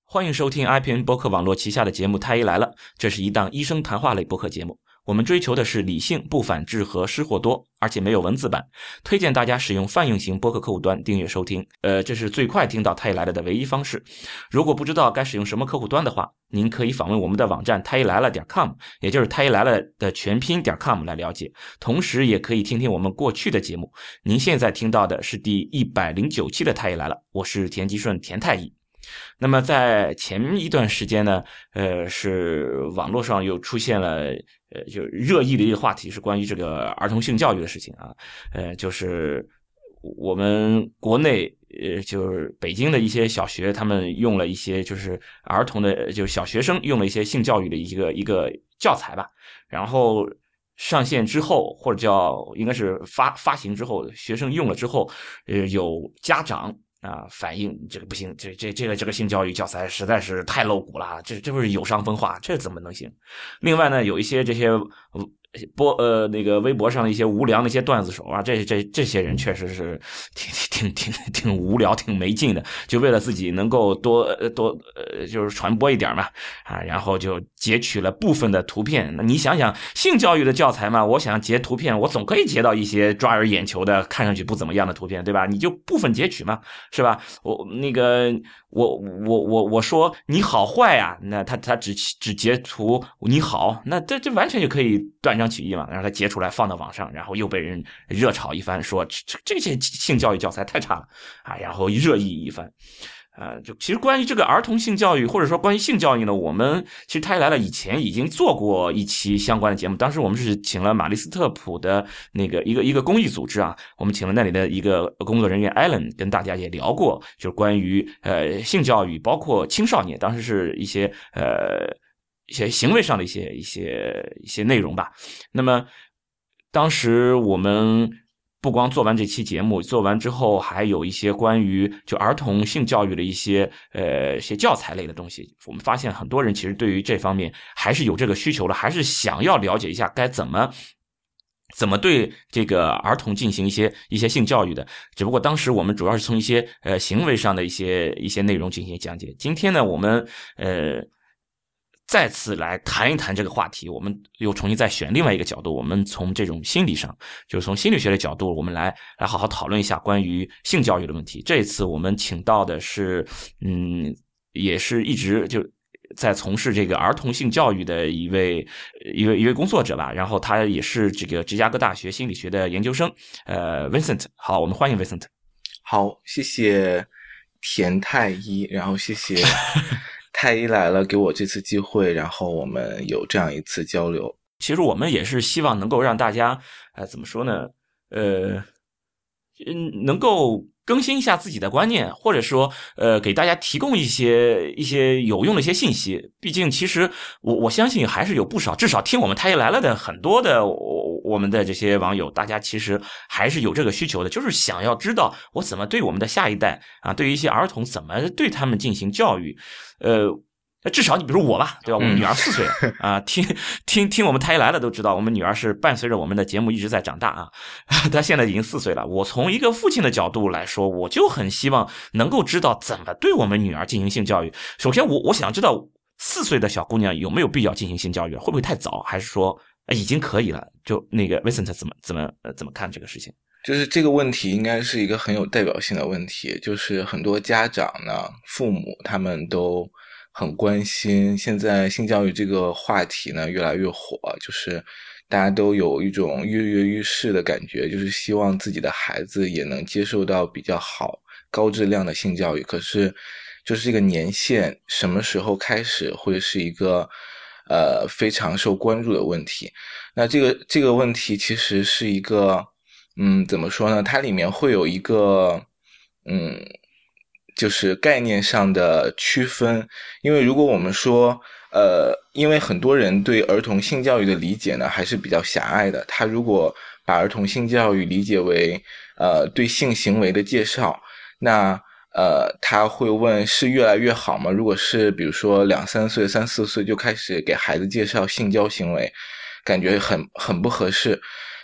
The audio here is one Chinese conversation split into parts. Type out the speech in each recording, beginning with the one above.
欢迎收听 IPN 播客网络旗下的节目《太医来了》，这是一档医生谈话类播客节目。我们追求的是理性、不反制和失货多，而且没有文字版。推荐大家使用泛用型播客客户端订阅收听，这是最快听到太医来了的唯一方式。如果不知道该使用什么客户端的话，您可以访问我们的网站太医来了.com， 也就是太医来了的全拼.com 来了解。同时也可以听听我们过去的节目。您现在听到的是第109期的太医来了，我是田吉顺田太医。那么在前一段时间呢，是网络上又出现了就热议的一个话题，是关于这个儿童性教育的事情啊。就是我们国内就是北京的一些小学，他们用了一些就是儿童的就是小学生用了一些性教育的一个教材吧，然后上线之后，或者叫应该是发行之后，学生用了之后，有家长反映这个不行，这个性教育教材实在是太露骨了，这不是有伤风化，这怎么能行？另外呢，有一些这些那个微博上的一些无良的一些段子手啊，这些人确实是挺无聊、挺没劲的，就为了自己能够多就是传播一点嘛然后就截取了部分的图片。那你想想，性教育的教材嘛，我想截图片，我总可以截到一些抓人眼球的、看上去不怎么样的图片，对吧？你就部分截取嘛，是吧？我说你好坏啊，那他只截图你好，那这完全就可以断章取义嘛，让他截出来放到网上，然后又被人热炒一番，说这些性教育教材太差了然后热议一番。就其实关于这个儿童性教育，或者说关于性教育呢，我们其实太医来了以前已经做过一期相关的节目，当时我们是请了玛丽斯特普的那个一个公益组织我们请了那里的一个工作人员 Alan 跟大家也聊过，就是关于性教育，包括青少年，当时是一些行为上的一些内容吧。那么当时我们不光做完这期节目，做完之后还有一些关于就儿童性教育的一些教材类的东西。我们发现很多人其实对于这方面还是有这个需求的，还是想要了解一下该怎么对这个儿童进行一些性教育的。只不过当时我们主要是从一些行为上的一些内容进行讲解。今天呢，我们再次来谈一谈这个话题，我们又重新再选另外一个角度，我们从这种心理上，就是从心理学的角度，我们来好好讨论一下关于性教育的问题。这一次我们请到的是也是一直就在从事这个儿童性教育的一位工作者吧，然后他也是这个芝加哥大学心理学的研究生Vincent。 好，我们欢迎 Vincent。 好，谢谢田太医，然后谢谢太医来了给我这次机会，然后我们有这样一次交流。 其实我们也是希望能够让大家怎么说呢，能够更新一下自己的观念，或者说给大家提供一些有用的一些信息。毕竟其实我相信还是有不少，至少听我们太医来了的很多的我们的这些网友，大家其实还是有这个需求的，就是想要知道我怎么对我们的下一代对于一些儿童怎么对他们进行教育。至少你比如我吧，对吧？我们女儿4岁了听我们太医来了都知道，我们女儿是伴随着我们的节目一直在长大她现在已经4岁了。我从一个父亲的角度来说，我就很希望能够知道怎么对我们女儿进行性教育。首先我想知道4岁的小姑娘有没有必要进行性教育，会不会太早，还是说已经可以了？就那个 Vincent 怎么看这个事情？ 就是这个问题应该是一个很有代表性的问题，就是很多家长呢、父母他们都很关心现在性教育这个话题呢越来越火，就是大家都有一种跃跃欲试的感觉，就是希望自己的孩子也能接受到比较好高质量的性教育。可是就是这个年限什么时候开始会是一个非常受关注的问题。那这个问题其实是一个怎么说呢，它里面会有一个就是概念上的区分。因为如果我们说因为很多人对儿童性教育的理解呢还是比较狭隘的，他如果把儿童性教育理解为对性行为的介绍，那他会问是越来越好吗？如果是比如说2、3岁、3、4岁就开始给孩子介绍性交行为，感觉很不合适。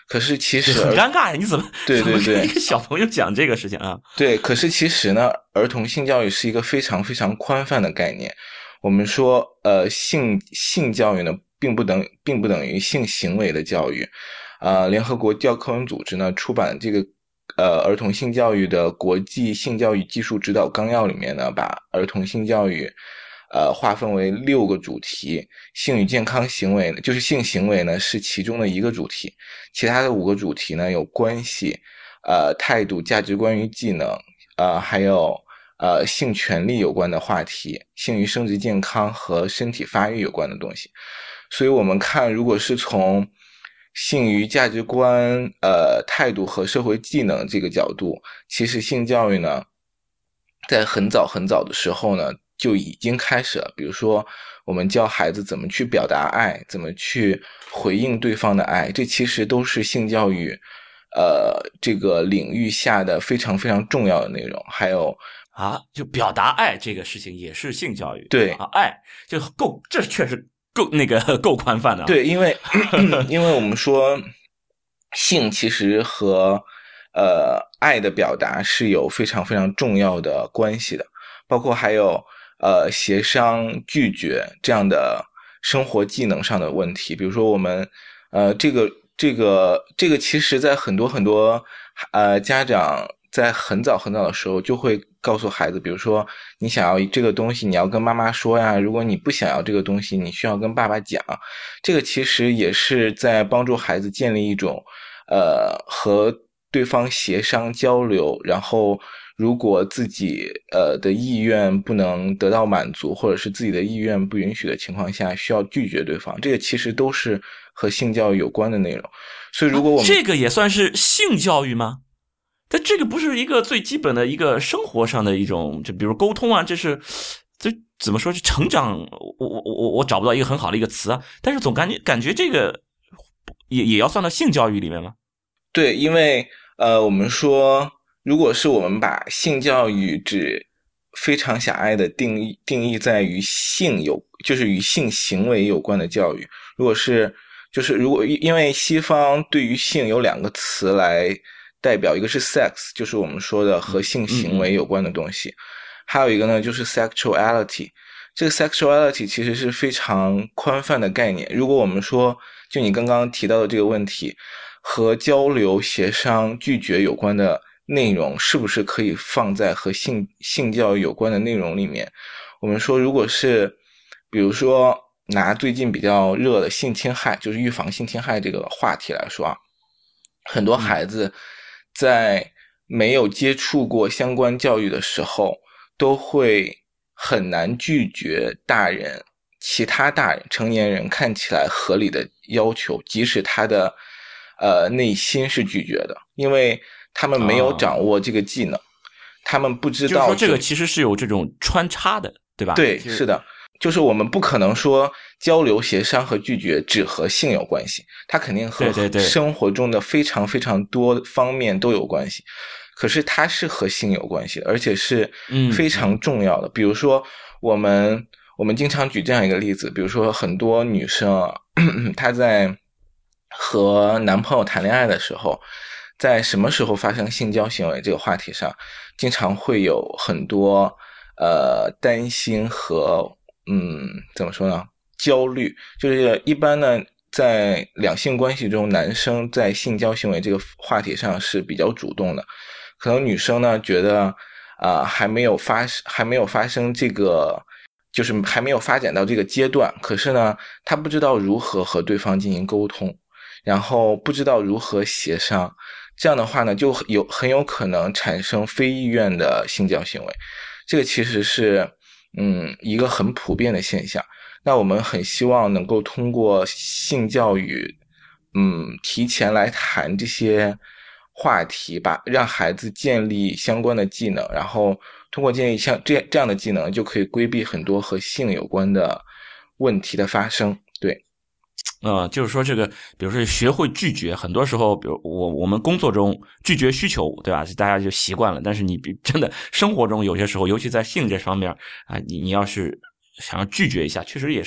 可是其实很尴尬呀，你怎么对对对， 怎么跟一个小朋友讲这个事情啊？ 对，可是其实呢，儿童性教育是一个非常非常宽泛的概念。我们说，性教育呢，并不等于性行为的教育。联合国教科文组织呢出版这个儿童性教育的国际性教育技术指导纲要里面呢，把儿童性教育划分为6个主题，性与健康行为就是性行为呢是其中的一个主题，其他的5个主题呢有关系、态度、价值观与技能，还有性权利有关的话题，性与生殖健康和身体发育有关的东西。所以我们看，如果是从性与价值观、态度和社会技能这个角度，其实性教育呢，在很早很早的时候呢，就已经开始了。比如说，我们教孩子怎么去表达爱，怎么去回应对方的爱，这其实都是性教育这个领域下的非常非常重要的内容。还有就表达爱这个事情也是性教育。 对爱就够，这确实够宽泛的。 对，因为我们说性其实和爱的表达是有非常非常重要的关系的，包括还有协商、拒绝这样的生活技能上的问题。比如说我们这个其实在很多家长在很早很早的时候就会告诉孩子，比如说你想要这个东西，你要跟妈妈说呀，如果你不想要这个东西，你需要跟爸爸讲。这个其实也是在帮助孩子建立一种和对方协商交流，然后如果自己的意愿不能得到满足，或者是自己的意愿不允许的情况下，需要拒绝对方，这个其实都是和性教育有关的内容。所以如果我们这个也算是性教育吗？但这个不是一个最基本的一个生活上的一种，就比如沟通啊，这怎么说是成长？我找不到一个很好的一个词啊，但是总感觉这个也要算到性教育里面吗？ 对，因为我们说，如果是我们把性教育只非常狭隘的定义在于就是与性行为有关的教育，如果因为西方对于性有2个词来代表，一个是 sex， 就是我们说的和性行为有关的东西，还有一个呢就是 sexuality。这个 sexuality 其实是非常宽泛的概念。如果我们说，就你刚刚提到的这个问题，和交流、协商、拒绝有关的内容，是不是可以放在和性教育有关的内容里面？我们说，如果是比如说拿最近比较热的性侵害，就是预防性侵害这个话题来说啊，很多孩子在没有接触过相关教育的时候，都会很难拒绝其他大人、成年人看起来合理的要求，即使他的内心是拒绝的，因为他们没有掌握这个技能，他们不知道。 就是说这个其实是有这种穿插的，对吧？ 对，是的。就是我们不可能说交流、协商和拒绝只和性有关系，它肯定和生活中的非常非常多方面都有关系。可是它是和性有关系的，而且是非常重要的。比如说，我们经常举这样一个例子，比如说很多女生啊，她在和男朋友谈恋爱的时候，在什么时候发生性交行为这个话题上，经常会有很多担心和怎么说呢？焦虑。就是一般呢，在两性关系中，男生在性交行为这个话题上是比较主动的，可能女生呢觉得还没有发生这个，就是还没有发展到这个阶段，可是呢，她不知道如何和对方进行沟通，然后不知道如何协商，这样的话呢，就很有可能产生非意愿的性交行为。这个其实是一个很普遍的现象。那我们很希望能够通过性教育提前来谈这些话题吧，让孩子建立相关的技能，然后通过建立像这样的技能，就可以规避很多和性有关的问题的发生。对， 就是说这个，比如说学会拒绝，很多时候，比如我们工作中拒绝需求，对吧？大家就习惯了。但是你真的生活中有些时候，尤其在性这方面啊，你要是想要拒绝一下，确实也是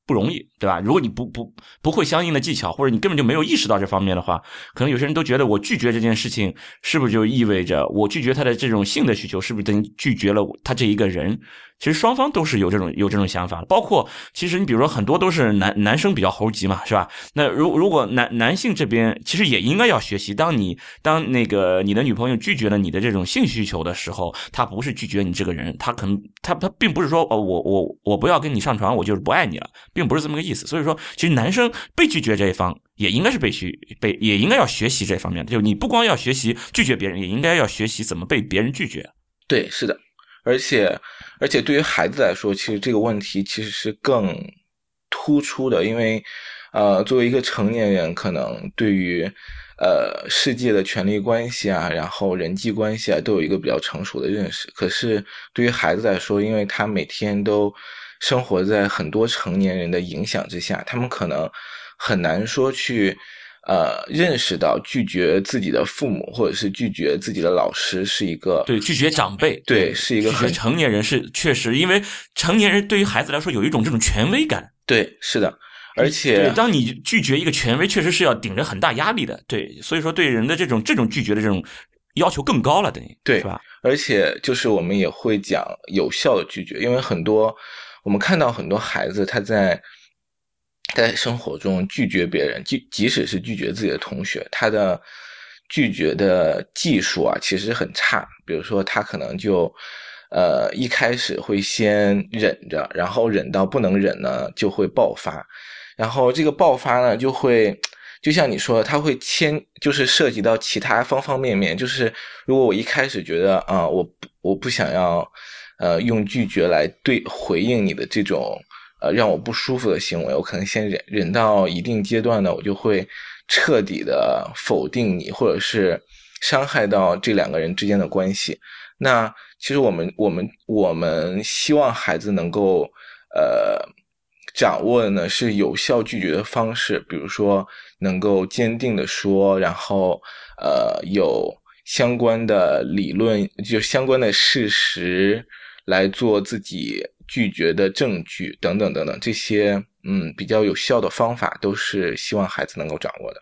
不容易，对吧？如果你不会相应的技巧，或者你根本就没有意识到这方面的话，可能有些人都觉得我拒绝这件事情，是不是就意味着我拒绝他的这种性的需求，是不是等于拒绝了他这一个人？其实双方都是有这种想法，包括其实你比如说很多都是男生比较猴急嘛，是吧？那如果男性这边其实也应该要学习，当那个你的女朋友拒绝了你的这种性需求的时候，她不是拒绝你这个人，她可能她并不是说我不要跟你上床，我就是不爱你了，并不是这么个意思。所以说，其实男生被拒绝这一方也应该是也应该要学习这方面的，就你不光要学习拒绝别人，也应该要学习怎么被别人拒绝。 对，是的。而且对于孩子来说，其实这个问题其实是更突出的，因为作为一个成年人，可能对于世界的权力关系啊，然后人际关系啊，都有一个比较成熟的认识。可是对于孩子来说，因为他每天都生活在很多成年人的影响之下，他们可能很难说去认识到拒绝自己的父母或者是拒绝自己的老师是一个对拒绝长辈， 对是一个拒绝成年人是确实，因为成年人对于孩子来说有一种这种权威感。 对，是的，而且对，当你拒绝一个权威，确实是要顶着很大压力的。对，所以说对人的这种拒绝的这种要求更高了，等于对， 是吧？ 而且就是我们也会讲有效的拒绝，因为我们看到很多孩子他在生活中拒绝别人，即使是拒绝自己的同学，他的拒绝的技术啊其实很差。比如说他可能就一开始会先忍着，然后忍到不能忍呢就会爆发，然后这个爆发呢就像你说的，它会就是涉及到其他方方面面。就是如果我一开始觉得我不想要用拒绝来回应你的这种让我不舒服的行为，我可能先忍到一定阶段呢，我就会彻底的否定你，或者是伤害到这两个人之间的关系。那其实我们希望孩子能够掌握的呢是有效拒绝的方式，比如说能够坚定的说，然后有相关的理论，就相关的事实来做自己拒绝的证据等等等等，这些比较有效的方法都是希望孩子能够掌握的。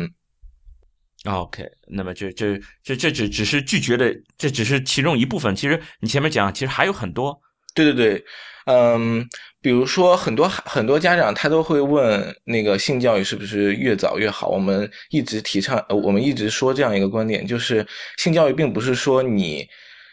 OK， 那么这只是拒绝的，这只是其中一部分。其实你前面讲，其实还有很多。 对对对，比如说很多家长他都会问那个性教育是不是越早越好。我们一直提倡，我们一直说这样一个观点，就是性教育并不是说你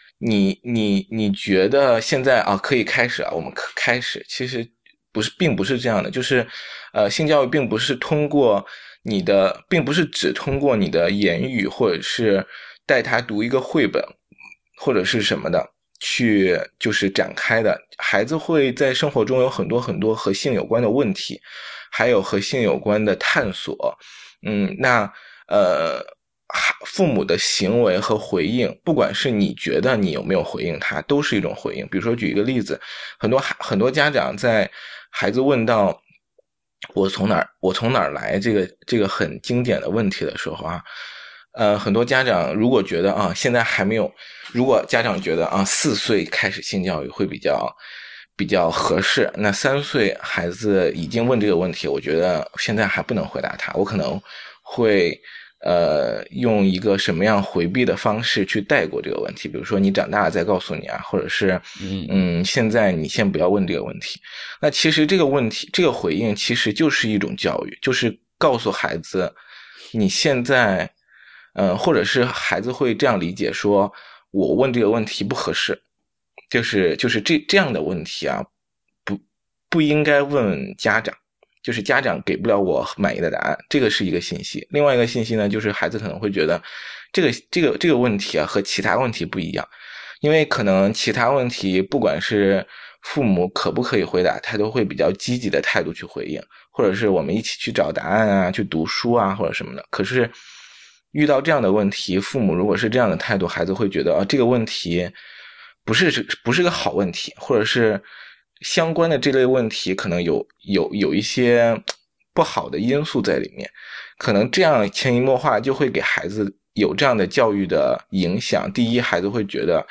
觉得现在可以开始我们开始，其实并不是这样的。就是性教育并不是并不是只通过你的言语，或者是带他读一个绘本或者是什么的去就是展开的。孩子会在生活中有很多很多和性有关的问题，还有和性有关的探索。那父母的行为和回应，不管是你觉得你有没有回应他，都是一种回应。比如说举一个例子，很多家长在孩子问到我从哪儿来这个很经典的问题的时候很多家长如果觉得现在还没有，如果家长觉得4岁开始性教育会比较合适，那3岁孩子已经问这个问题，我觉得现在还不能回答他，我可能会用一个什么样回避的方式去带过这个问题。比如说你长大了再告诉你或者是现在你先不要问这个问题。那其实这个问题，这个回应其实就是一种教育，就是告诉孩子你现在或者是孩子会这样理解，说我问这个问题不合适，就是这样的问题不应该问家长，就是家长给不了我满意的答案，这个是一个信息。另外一个信息呢，就是孩子可能会觉得这个问题和其他问题不一样，因为可能其他问题不管是父母可不可以回答，他都会比较积极的态度去回应，或者是我们一起去找答案去读书或者什么的。可是遇到这样的问题，父母如果是这样的态度，孩子会觉得这个问题不是个好问题，或者是相关的这类问题可能有一些不好的因素在里面，可能这样潜移默化就会给孩子有这样的教育的影响。第一，孩子会觉得和性有关的问题不能问父母，父母无法解答和性有关的问题。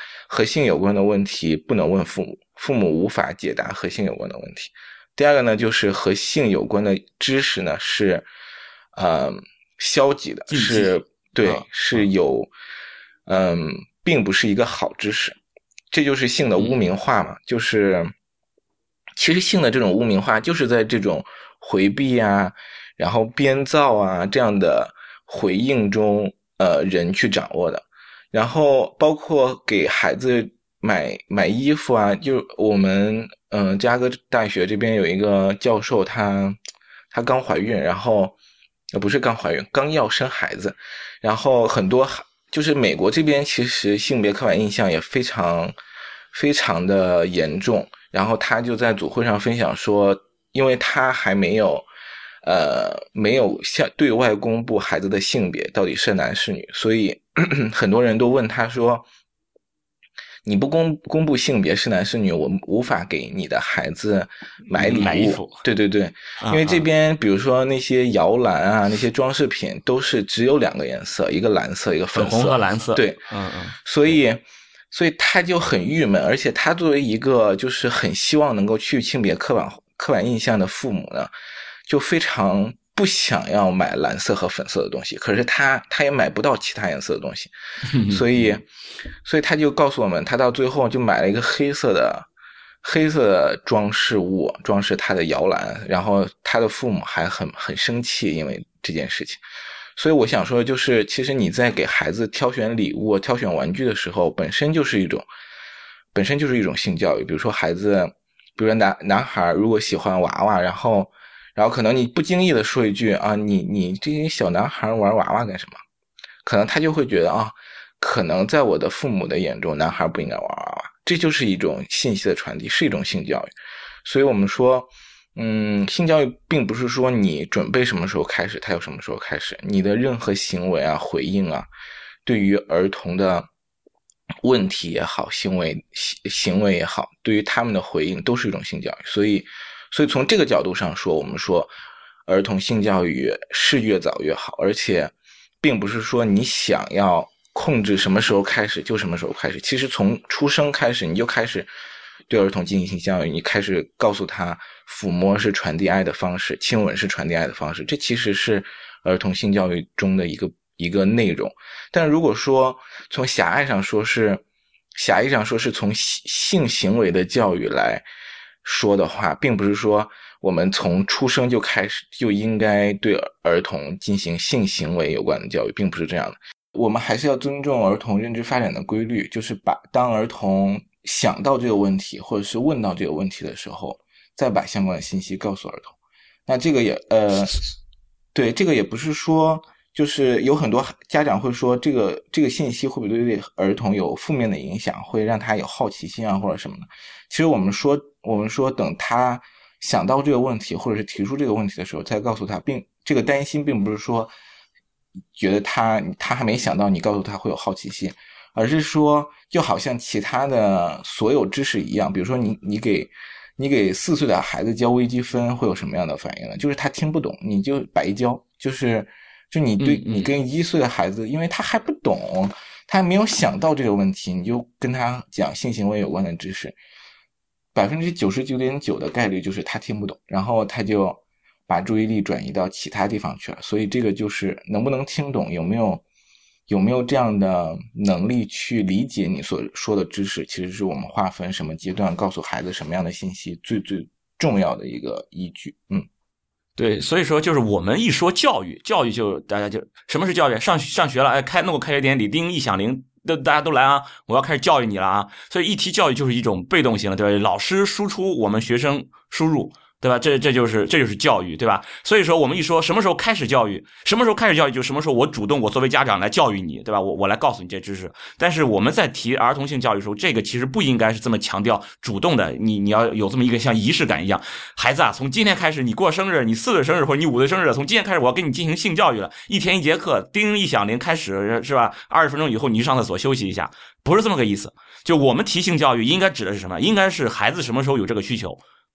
第二个呢，就是和性有关的知识呢是消极的，是有并不是一个好知识。这就是性的污名化嘛，就是其实性的这种污名化就是在这种回避啊，然后编造啊这样的回应中人去掌握的。然后包括给孩子买衣服啊，就我们芝加哥大学这边有一个教授，她刚怀孕，然后不是刚怀孕，刚要生孩子，然后很多就是美国这边其实性别刻板印象也非常非常的严重，然后他就在组会上分享说，因为他还没有向对外公布孩子的性别到底是男是女，所以很多人都问他说，你不公布性别是男是女，我无法给你的孩子买礼物。 买衣服。 对对对，因为这边比如说那些摇篮啊，那些装饰品都是只有2个颜色，一个蓝色，一个粉色， 粉红和蓝色。 对，所以他就很郁闷，而且他作为一个就是很希望能够去性别刻板印象的父母呢，就非常不想要买蓝色和粉色的东西，可是他也买不到其他颜色的东西，所以他就告诉我们，他到最后就买了一个黑色的装饰物，装饰他的摇篮，然后他的父母还很生气，因为这件事情。所以我想说，就是其实你在给孩子挑选礼物、挑选玩具的时候，本身就是一种性教育。比如说孩子，比如说男孩如果喜欢娃娃，然后可能你不经意的说一句啊，你这些小男孩玩娃娃干什么？可能他就会觉得啊，可能在我的父母的眼中，男孩不应该玩娃娃。这就是一种信息的传递，是一种性教育。所以我们说，性教育并不是说你准备什么时候开始，他有什么时候开始，你的任何行为啊、回应啊，对于儿童的问题也好，行为也好，对于他们的回应都是一种性教育。所以从这个角度上说，我们说儿童性教育是越早越好，而且并不是说你想要控制什么时候开始就什么时候开始，其实从出生开始你就开始对儿童进行性教育，你开始告诉他抚摸是传递爱的方式，亲吻是传递爱的方式，这其实是儿童性教育中的一个内容。但如果说从狭义上说是从性行为的教育来说的话，并不是说我们从出生就开始就应该对儿童进行性行为有关的教育，并不是这样的。我们还是要尊重儿童认知发展的规律，就是当儿童想到这个问题或者是问到这个问题的时候，再把相关的信息告诉儿童。那这个也对，这个也不是说就是有很多家长会说这个信息会不会对儿童有负面的影响，会让他有好奇心啊或者什么的。其实我们说等他想到这个问题或者是提出这个问题的时候再告诉他，这个担心并不是说觉得他还没想到你告诉他会有好奇心，而是说就好像其他的所有知识一样，比如说你给4岁的孩子教微积分会有什么样的反应呢？就是他听不懂，你就白教，就你跟1岁的孩子，因为他还不懂，他还没有想到这个问题，你就跟他讲性行为有关的知识，99.9%的概率就是他听不懂，然后他就把注意力转移到其他地方去了。所以这个就是能不能听懂，有没有这样的能力去理解你所说的知识，其实是我们划分什么阶段告诉孩子什么样的信息最重要的一个依据。 对，所以说就是我们一说教育就大家就什么是教育？上学了，弄个开学典礼，叮一响铃，大家都来啊！我要开始教育你了啊！所以一提教育就是一种被动型的，对吧？老师输出，我们学生输入，对吧？这就是教育，对吧？所以说我们一说什么时候开始教育，就什么时候我主动，我作为家长来教育你，对吧？我来告诉你这知识。但是我们在提儿童性教育的时候，这个其实不应该是这么强调主动的，你要有这么一个像仪式感一样。孩子啊，从今天开始你过生日，你4岁生日或者你5岁生日，从今天开始我要跟你进行性教育了，一天1节课，叮一响铃开始，是吧？20分钟以后你去上厕所休息一下，不是这么个意思。就我们提性教育应该指的是什么？应该是孩子什么时候有这个需求。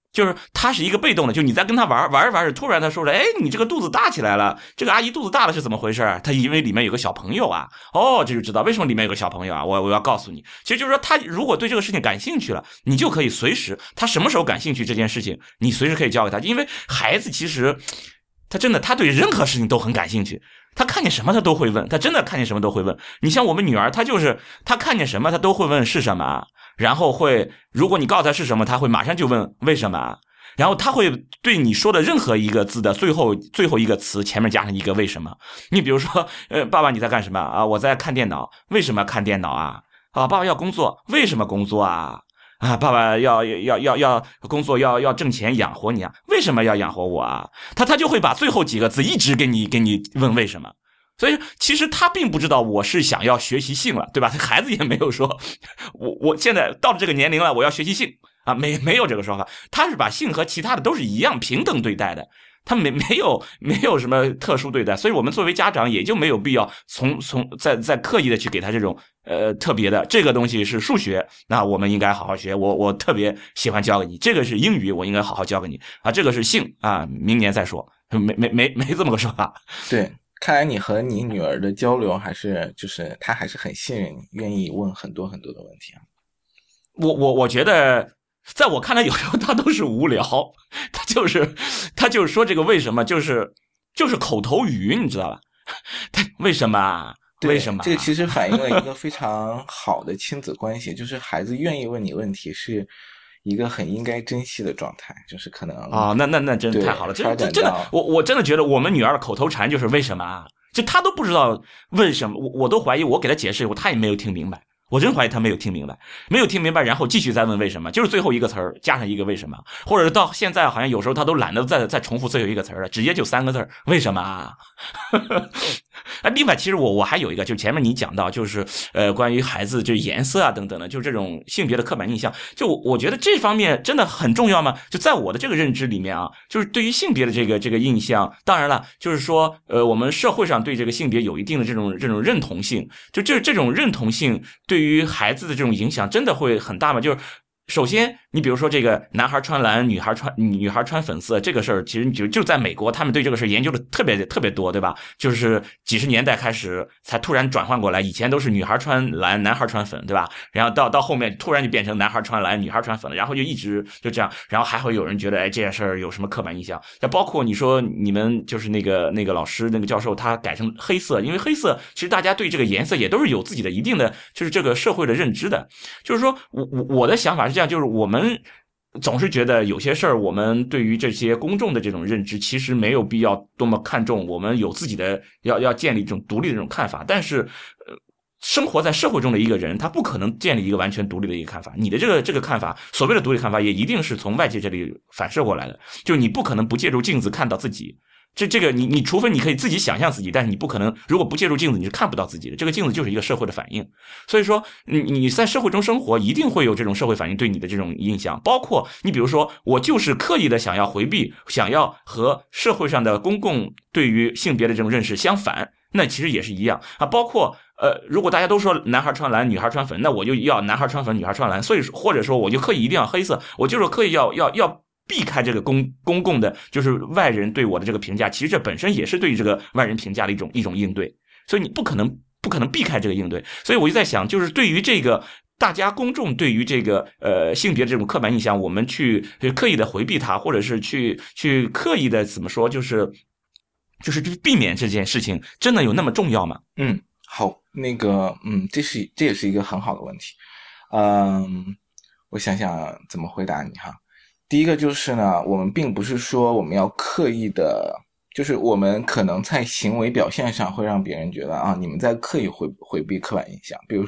就是他是一个被动的，就你在跟他玩着玩着，突然他说了，哎，你这个肚子大起来了，这个阿姨肚子大了是怎么回事？他因为里面有个小朋友啊，哦，这就知道为什么里面有个小朋友啊，我要告诉你，其实就是说他如果对这个事情感兴趣了，你就可以随时，他什么时候感兴趣这件事情，你随时可以教给他，因为孩子其实他真的他对任何事情都很感兴趣。他看见什么他都会问，他真的看见什么都会问。你像我们女儿，她就是她看见什么她都会问是什么，然后会如果你告诉她是什么，她会马上就问为什么，然后她会对你说的任何一个字的最后一个词前面加上一个为什么。你比如说爸爸你在干什么啊？我在看电脑。为什么看电脑啊？爸爸要工作。为什么工作啊？爸爸要工作，要挣钱养活你啊？为什么要养活我啊？他就会把最后几个字一直给你问为什么。所以其实他并不知道我是想要学习性了，对吧？孩子也没有说我现在到了这个年龄了，我要学习性啊，没有这个说法。他是把性和其他的都是一样平等对待的。他没有什么特殊对待，所以我们作为家长也就没有必要再刻意的去给他这种特别的这个东西是数学，那我们应该好好学，我特别喜欢教给你，这个是英语，我应该好好教给你啊，这个是性啊，明年再说，没这么个说法。 对，看来你和你女儿的交流还是就是她还是很信任你，愿意问很多很多的问题啊。 我觉得。在我看来，有时候他都是无聊，他就是说这个为什么，就是口头语，你知道吧？他为什么？为什么？ 这个其实反映了一个非常好的亲子关系，就是孩子愿意问你问题是一个很应该珍惜的状态，就是可能啊、哦，那真太好了，这真的，我真的觉得我们女儿的口头禅就是为什么，就她都不知道为什么，我都怀疑我给她解释以后，她也没有听明白。我真怀疑他没有听明白，然后继续再问为什么，就是最后一个词儿加上一个为什么，或者到现在好像有时候他都懒得再重复最后一个词儿了，直接就3个字为什么啊？另外，其实我还有一个，就前面你讲到，就是关于孩子就颜色啊等等的，就这种性别的刻板印象，就我觉得这方面真的很重要吗？就在我的这个认知里面啊，就是对于性别的这个印象，当然了，就是说我们社会上对这个性别有一定的这种认同性，就这种认同性对于孩子的这种影响真的会很大吗？就是首先，你比如说这个男孩穿蓝，女孩穿粉色这个事儿，其实就在美国，他们对这个事研究的特别多，对吧？就是几十年代开始才突然转换过来，以前都是女孩穿蓝，男孩穿粉，对吧？然后到后面突然就变成男孩穿蓝，女孩穿粉了，然后就一直就这样，然后还会有人觉得，哎，这件事儿有什么刻板印象？那包括你说你们就是那个老师那个教授，他改成黑色，因为黑色其实大家对这个颜色也都是有自己的一定的就是这个社会的认知的，就是说我的想法是这样，就是我们总是觉得有些事儿，我们对于这些公众的这种认知，其实没有必要多么看重，我们有自己的要建立一种独立的这种看法。但是，生活在社会中的一个人，他不可能建立一个完全独立的一个看法。你的这个看法，所谓的独立看法，也一定是从外界这里反射过来的。就你不可能不借助镜子看到自己。这个你除非你可以自己想象自己，但是你不可能，如果不借助镜子，你是看不到自己的。这个镜子就是一个社会的反应，所以说你在社会中生活，一定会有这种社会反应对你的这种印象。包括你比如说，我就是刻意的想要回避，想要和社会上的公共对于性别的这种认识相反，那其实也是一样啊。包括如果大家都说男孩穿蓝，女孩穿粉，那我就要男孩穿粉，女孩穿蓝。所以或者说我就刻意一定要黑色，我就是刻意要避开这个公共的，就是外人对我的这个评价，其实这本身也是对于这个外人评价的一种应对，所以你不可能避开这个应对。所以我就在想，就是对于这个大家公众对于这个性别的这种刻板印象，我们去刻意的回避它，或者是去刻意的怎么说，就是避免这件事情，真的有那么重要吗？ 好，那个这也是一个很好的问题。我想想怎么回答你哈。第一个就是呢，我们并不是说我们要刻意的，就是我们可能在行为表现上会让别人觉得啊，你们在刻意回避刻板印象。比如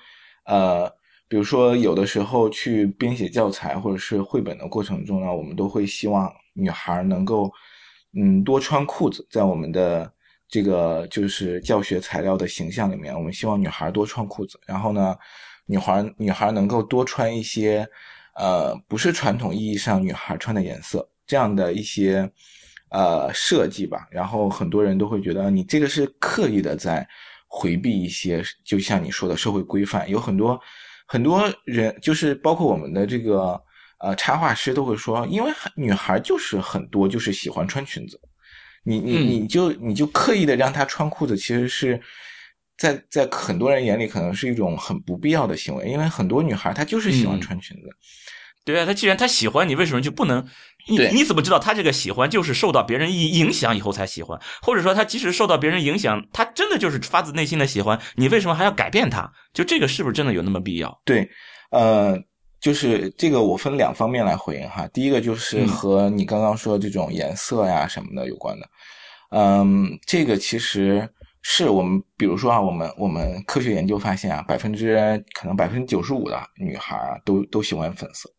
说有的时候去编写教材或者是绘本的过程中呢，我们都会希望女孩能够多穿裤子，在我们的这个就是教学材料的形象里面，我们希望女孩多穿裤子，然后呢女孩能够多穿一些不是传统意义上女孩穿的颜色，这样的一些设计吧。然后很多人都会觉得你这个是刻意的在回避一些，就像你说的社会规范。有很多人，就是包括我们的这个插画师都会说，因为女孩就是很多就是喜欢穿裙子，你就刻意的让她穿裤子，其实是在很多人眼里可能是一种很不必要的行为，因为很多女孩她就是喜欢穿裙子。 对啊，他既然他喜欢，你为什么就不能？你怎么知道他这个喜欢就是受到别人影响以后才喜欢？或者说他即使受到别人影响，他真的就是发自内心的喜欢，你为什么还要改变他？就这个是不是真的有那么必要？ 对，就是这个我分两方面来回应哈。第一个就是和你刚刚说这种颜色呀什么的有关的。这个其实是我们比如说啊，我们科学研究发现啊，可能95%的女孩啊都喜欢粉色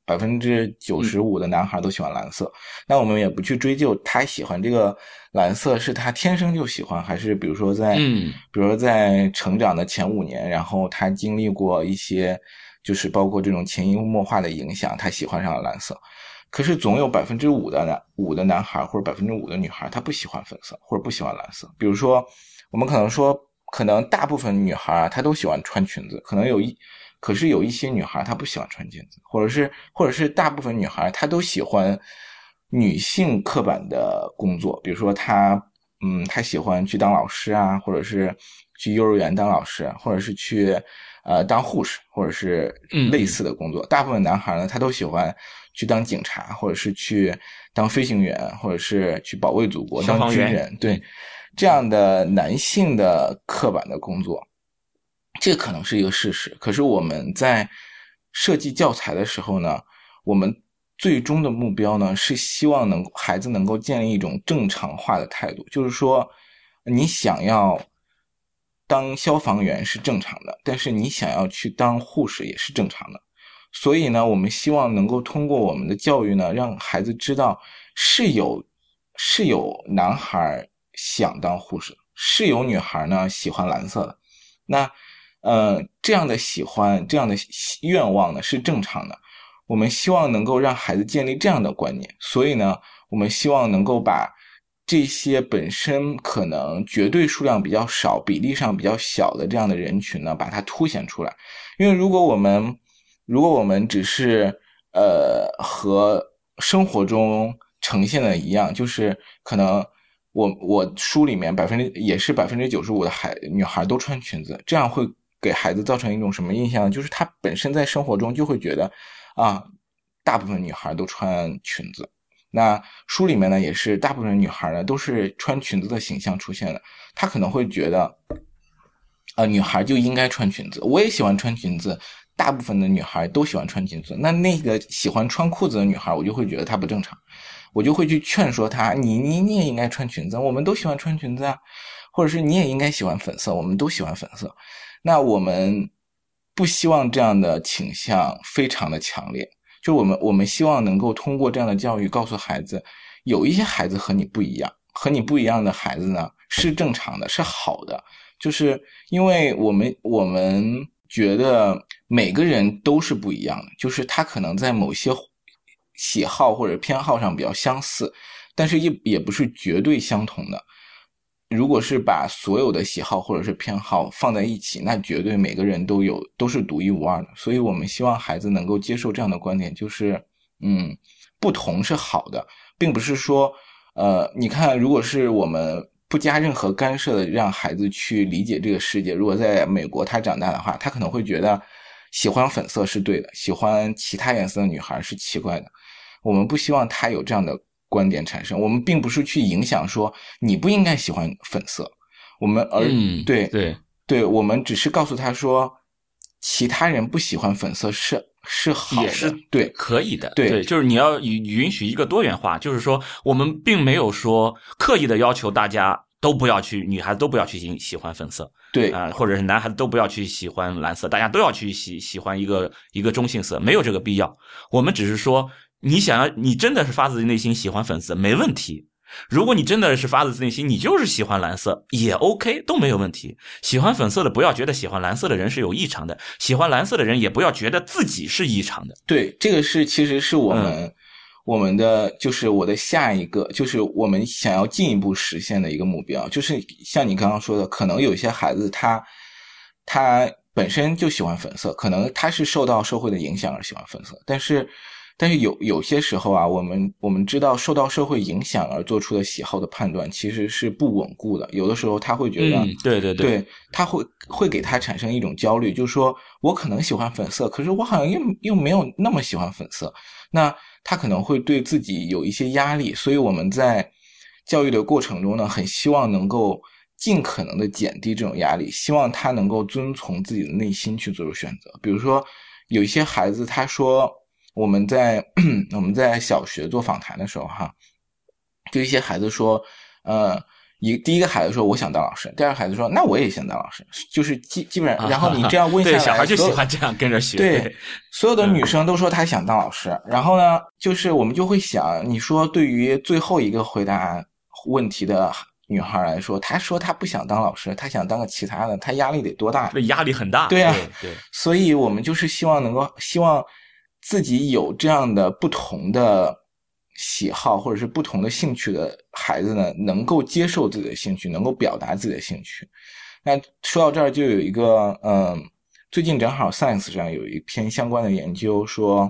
，95%的男孩都喜欢蓝色。那我们也不去追究他喜欢这个蓝色是他天生就喜欢，还是比如说在成长的前5年，然后他经历过一些就是包括这种潜移默化的影响，他喜欢上了蓝色。可是总有5%的男孩或者5%的女孩他不喜欢粉色或者不喜欢蓝色。比如说我们可能说可能大部分女孩啊她都喜欢穿裙子，可是有一些女孩她不喜欢穿裙子，或者是大部分女孩她都喜欢女性刻板的工作，比如说她喜欢去当老师啊，或者是去幼儿园当老师，或者是去当护士，或者是类似的工作。大部分男孩呢他都喜欢去当警察，或者是去当飞行员，或者是去保卫祖国当军人。对，这样的男性的刻板的工作，这可能是一个事实。可是我们在设计教材的时候呢，我们最终的目标呢是希望孩子能够建立一种正常化的态度，就是说你想要当消防员是正常的，但是你想要去当护士也是正常的。所以呢，我们希望能够通过我们的教育呢，让孩子知道是有男孩想当护士，是有女孩呢喜欢蓝色的。那这样的喜欢，这样的愿望呢是正常的。我们希望能够让孩子建立这样的观念，所以呢，我们希望能够把这些本身可能绝对数量比较少、比例上比较小的这样的人群呢，把它凸显出来。因为如果我们只是和生活中呈现的一样，就是可能我书里面也是95%的女孩都穿裙子，这样会给孩子造成一种什么印象呢？就是他本身在生活中就会觉得啊，大部分女孩都穿裙子。那书里面呢，也是大部分女孩呢都是穿裙子的形象出现的，他可能会觉得女孩就应该穿裙子，我也喜欢穿裙子，大部分的女孩都喜欢穿裙子，那个喜欢穿裤子的女孩，我就会觉得她不正常，我就会去劝说她，你也应该穿裙子，我们都喜欢穿裙子啊，或者是你也应该喜欢粉色，我们都喜欢粉色。那我们不希望这样的倾向非常的强烈，就我们希望能够通过这样的教育告诉孩子，有一些孩子和你不一样，和你不一样的孩子呢是正常的，是好的。就是因为我们觉得每个人都是不一样的，就是他可能在某些喜好或者偏好上比较相似，但是也不是绝对相同的。如果是把所有的喜好或者是偏好放在一起，那绝对每个人都是独一无二的。所以我们希望孩子能够接受这样的观点，就是不同是好的，并不是说你看，如果是我们不加任何干涉的让孩子去理解这个世界，如果在美国他长大的话，他可能会觉得喜欢粉色是对的，喜欢其他颜色的女孩是奇怪的。我们不希望他有这样的观点产生，我们并不是去影响说你不应该喜欢粉色，对，我们只是告诉他说其他人不喜欢粉色是好的， 也是对可以的， 对， 就是你要允许一个多元化，就是说我们并没有说刻意的要求大家都不要去，女孩子都不要去喜欢粉色， 对或者是男孩子都不要去喜欢蓝色，大家都要去喜欢一个中性色，没有这个必要。我们只是说你真的是发自内心喜欢粉色没问题，如果你真的是发自内心你就是喜欢蓝色也 OK， 都没有问题。喜欢粉色的不要觉得喜欢蓝色的人是有异常的，喜欢蓝色的人也不要觉得自己是异常的。 对，这个其实是我们的就是我的下一个，就是我们想要进一步实现的一个目标，就是像你刚刚说的，可能有些孩子他本身就喜欢粉色，可能他是受到社会的影响而喜欢粉色，但是但是有些时候啊，我们知道受到社会影响而做出的喜好的判断其实是不稳固的，有的时候他会觉得， 对， 他会给他产生一种焦虑，就是说我可能喜欢粉色，可是我好像又没有那么喜欢粉色，那他可能会对自己有一些压力，所以我们在教育的过程中呢，很希望能够尽可能的减低这种压力，希望他能够遵从自己的内心去做出选择。比如说有一些孩子他说我们在小学做访谈的时候哈，就一些孩子说第一个孩子说我想当老师，第二个孩子说那我也想当老师，就是基本上然后你这样问下来对，小孩就喜欢这样跟着学， 对，所有的女生都说她想当老师，然后呢就是我们就会想，你说对于最后一个回答问题的女孩来说，她说她不想当老师，她想当个其他的，她压力得多大？ 这压力很大。 对啊， 对， 所以我们就是希望自己有这样的不同的喜好或者是不同的兴趣的孩子呢，能够接受自己的兴趣，能够表达自己的兴趣。那说到这儿就有一个最近正好 Science 上有一篇相关的研究说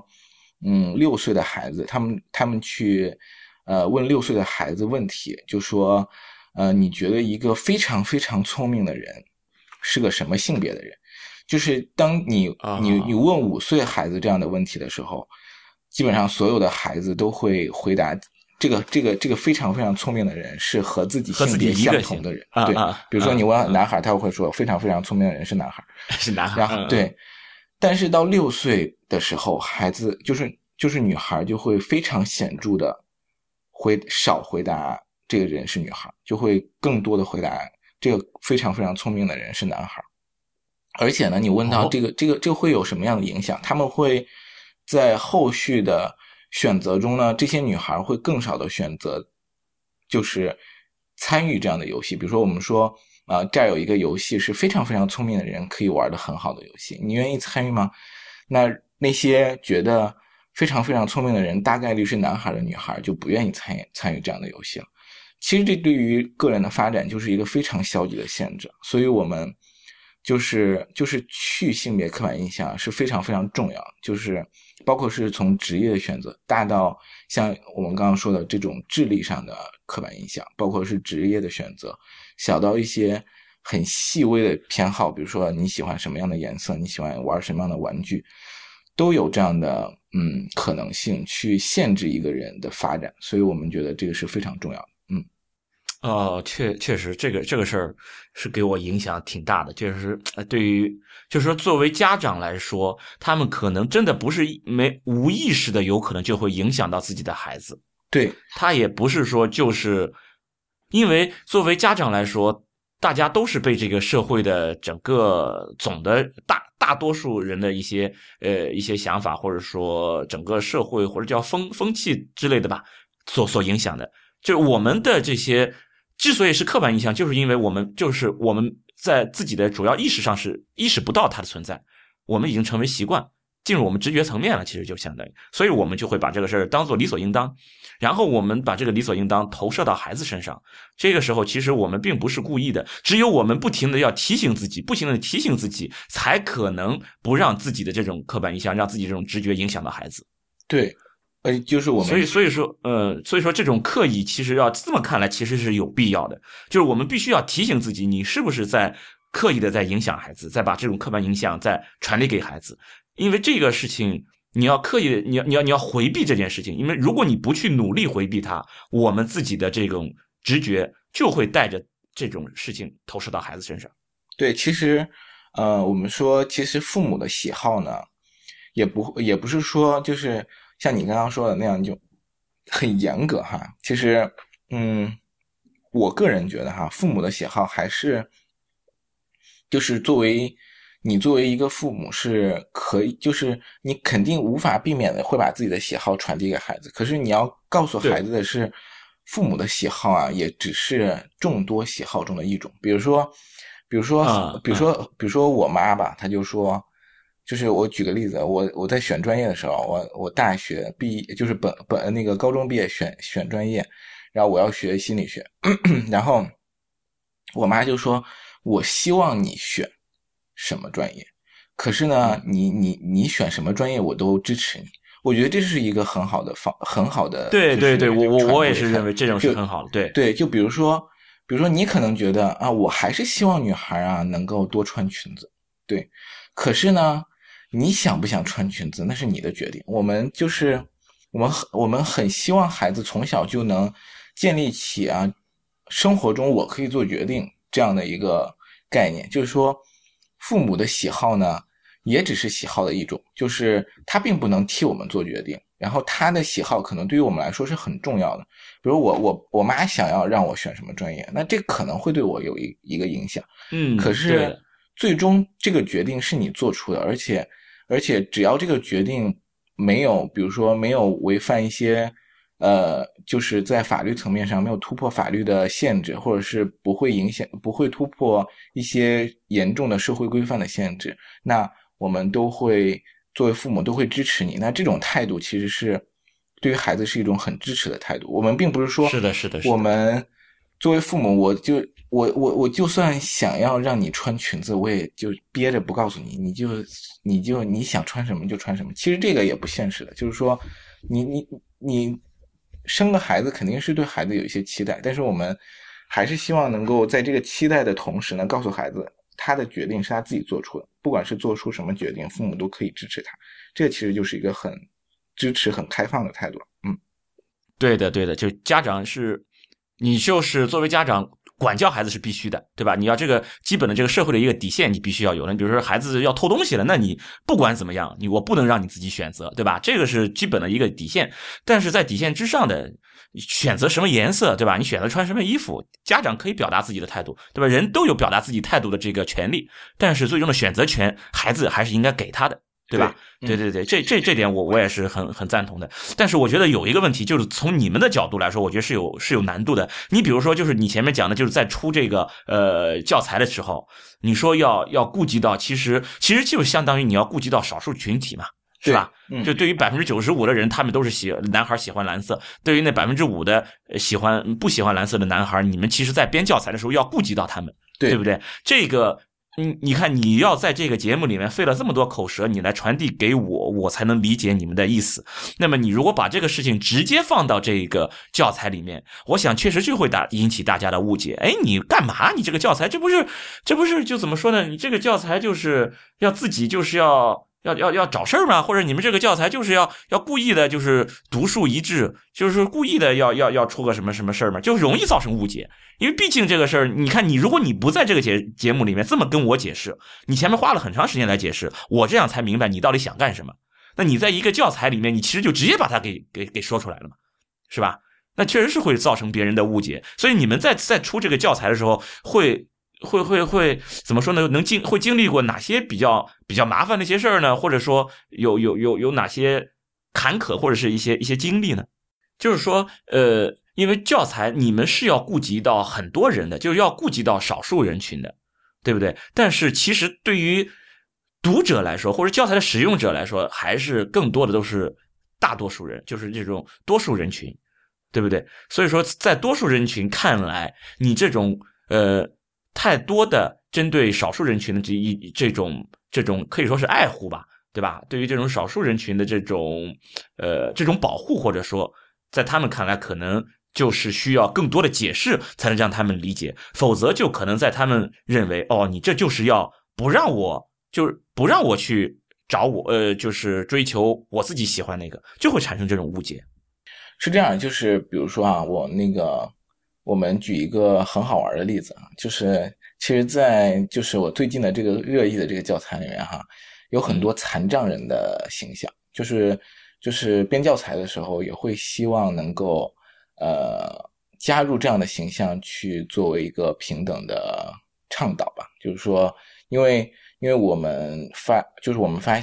6岁的孩子他们去问6岁的孩子问题，就说你觉得一个非常非常聪明的人是个什么性别的人？就是当你问5岁孩子这样的问题的时候，基本上所有的孩子都会回答这个非常非常聪明的人是和自己性别相同的人。对，比如说你问男孩，他会说非常非常聪明的人是男孩， 是男孩。 然后对，但是到6岁的时候，孩子就是女孩就会非常显著的少回答这个人是女孩，就会更多的回答这个非常非常聪明的人是男孩。而且呢，你问到这个会有什么样的影响？他们会在后续的选择中呢，这些女孩会更少的选择就是参与这样的游戏。比如说我们说这儿有一个游戏是非常非常聪明的人可以玩的很好的游戏，你愿意参与吗？那些觉得非常非常聪明的人大概率是男孩的女孩就不愿意参与这样的游戏了。其实这对于个人的发展就是一个非常消极的限制，所以我们就是去性别刻板印象是非常非常重要，就是包括是从职业的选择大到像我们刚刚说的这种智力上的刻板印象，包括是职业的选择，小到一些很细微的偏好，比如说你喜欢什么样的颜色，你喜欢玩什么样的玩具，都有这样的可能性去限制一个人的发展，所以我们觉得这个是非常重要的。 确实这个事儿是给我影响挺大的，确实对于就是说作为家长来说，他们可能真的不是无意识的，有可能就会影响到自己的孩子。 对， 他也不是说就是因为作为家长来说，大家都是被这个社会的整个总的大多数人的一些想法，或者说整个社会或者叫风气之类的吧，所影响的。就是我们的这些之所以是刻板印象，就是因为我们在自己的主要意识上是意识不到它的存在，我们已经成为习惯，进入我们直觉层面了，其实就相当于，所以我们就会把这个事儿当做理所应当，然后我们把这个理所应当投射到孩子身上。这个时候其实我们并不是故意的，只有我们不停的要提醒自己，才可能不让自己的这种刻板印象，让自己这种直觉影响到孩子。 对，就是我们所以说这种刻意其实要这么看来其实是有必要的，就是我们必须要提醒自己，你是不是在刻意的在影响孩子，再把这种刻板印象再传递给孩子。因为这个事情你要刻意的，你要回避这件事情，因为如果你不去努力回避它，我们自己的这种直觉就会带着这种事情投射到孩子身上。 对，其实我们说其实父母的喜好呢也不是说就是像你刚刚说的那样就很严格哈。其实我个人觉得哈，父母的喜好还是就是作为一个父母是可以，就是你肯定无法避免的会把自己的喜好传递给孩子，可是你要告诉孩子的是，父母的喜好啊也只是众多喜好中的一种。比如说我妈吧，她就说，就是我举个例子，我在选专业的时候，我大学就是那个高中毕业选专业，然后我要学心理学，然后我妈就说，我希望你选什么专业，可是呢，你选什么专业我都支持你。 我觉得这是一个很好的对对对，我也是认为这这种是很好的。对对，就比如说你可能觉得啊，我还是希望女孩啊能够多穿裙子，对，可是呢，你想不想穿裙子那是你的决定。我们很希望孩子从小就能建立起啊，生活中我可以做决定这样的一个概念，就是说父母的喜好呢也只是喜好的一种，就是他并不能替我们做决定，然后他的喜好可能对于我们来说是很重要的。比如我妈想要让我选什么专业，那这可能会对我有一个影响。可是最终这个决定是你做出的，而且只要这个决定没有，比如说没有违反一些就是在法律层面上没有突破法律的限制，或者是不会突破一些严重的社会规范的限制，那我们都会作为父母都会支持你。那这种态度其实是对于孩子是一种很支持的态度。我们并不是说是的我们作为父母，我就算想要让你穿裙子，我也就憋着不告诉你，你想穿什么就穿什么。其实这个也不现实的，就是说你生个孩子肯定是对孩子有一些期待，但是我们还是希望能够在这个期待的同时呢，告诉孩子他的决定是他自己做出的，不管是做出什么决定，父母都可以支持他。这其实就是一个很支持、很开放的态度。 对的，就家长是，你就是作为家长管教孩子是必须的，对吧？你要这个基本的这个社会的一个底线，你必须要有的。你比如说孩子要偷东西了，那你不管怎么样，我不能让你自己选择，对吧？这个是基本的一个底线。但是在底线之上的选择什么颜色，对吧？你选择穿什么衣服，家长可以表达自己的态度，对吧？人都有表达自己态度的这个权利，但是最终的选择权，孩子还是应该给他的。对吧？对，这点我也是很赞同的。但是我觉得有一个问题，就是从你们的角度来说，我觉得是有难度的。你比如说，就是你前面讲的，就是在出这个教材的时候，你说要顾及到，其实就相当于你要顾及到少数群体嘛，是吧？就对于95%的人，他们都是男孩喜欢蓝色，对于那5%的不喜欢蓝色的男孩，你们其实在编教材的时候要顾及到他们，对不对？这个。你看，你要在这个节目里面费了这么多口舌，你来传递给我才能理解你们的意思。那么你如果把这个事情直接放到这个教材里面，我想确实就会引起大家的误解。哎，你干嘛？你这个教材这不是就怎么说呢？你这个教材就是要自己就是要找事儿吗？或者你们这个教材就是要故意的，就是独树一帜，就是故意的要出个什么事儿吗？就容易造成误解。因为毕竟这个事儿，你看如果你不在这个节目里面这么跟我解释，你前面花了很长时间来解释，我这样才明白你到底想干什么。那你在一个教材里面，你其实就直接把它给说出来了嘛，是吧？那确实是会造成别人的误解。所以你们在出这个教材的时候，会怎么说呢？会经历过哪些比较麻烦的一些事儿呢？或者说有哪些坎坷或者是一些经历呢？就是说因为教材你们是要顾及到很多人的，就是要顾及到少数人群的，对不对？但是其实对于读者来说，或者教材的使用者来说，还是更多的都是大多数人，就是这种多数人群，对不对？所以说在多数人群看来，你这种太多的针对少数人群的这种可以说是爱护吧，对吧？对于这种少数人群的这种保护，或者说在他们看来可能就是需要更多的解释才能让他们理解，否则就可能在他们认为你这就是要不让我去找就是追求我自己喜欢那个，就会产生这种误解。 是这样，就是比如说啊，我们举一个很好玩的例子啊，就是其实在就是我最近的这个热议的这个教材里面哈，有很多残障人的形象，就是编教材的时候也会希望能够加入这样的形象去作为一个平等的倡导吧。就是说因为我们发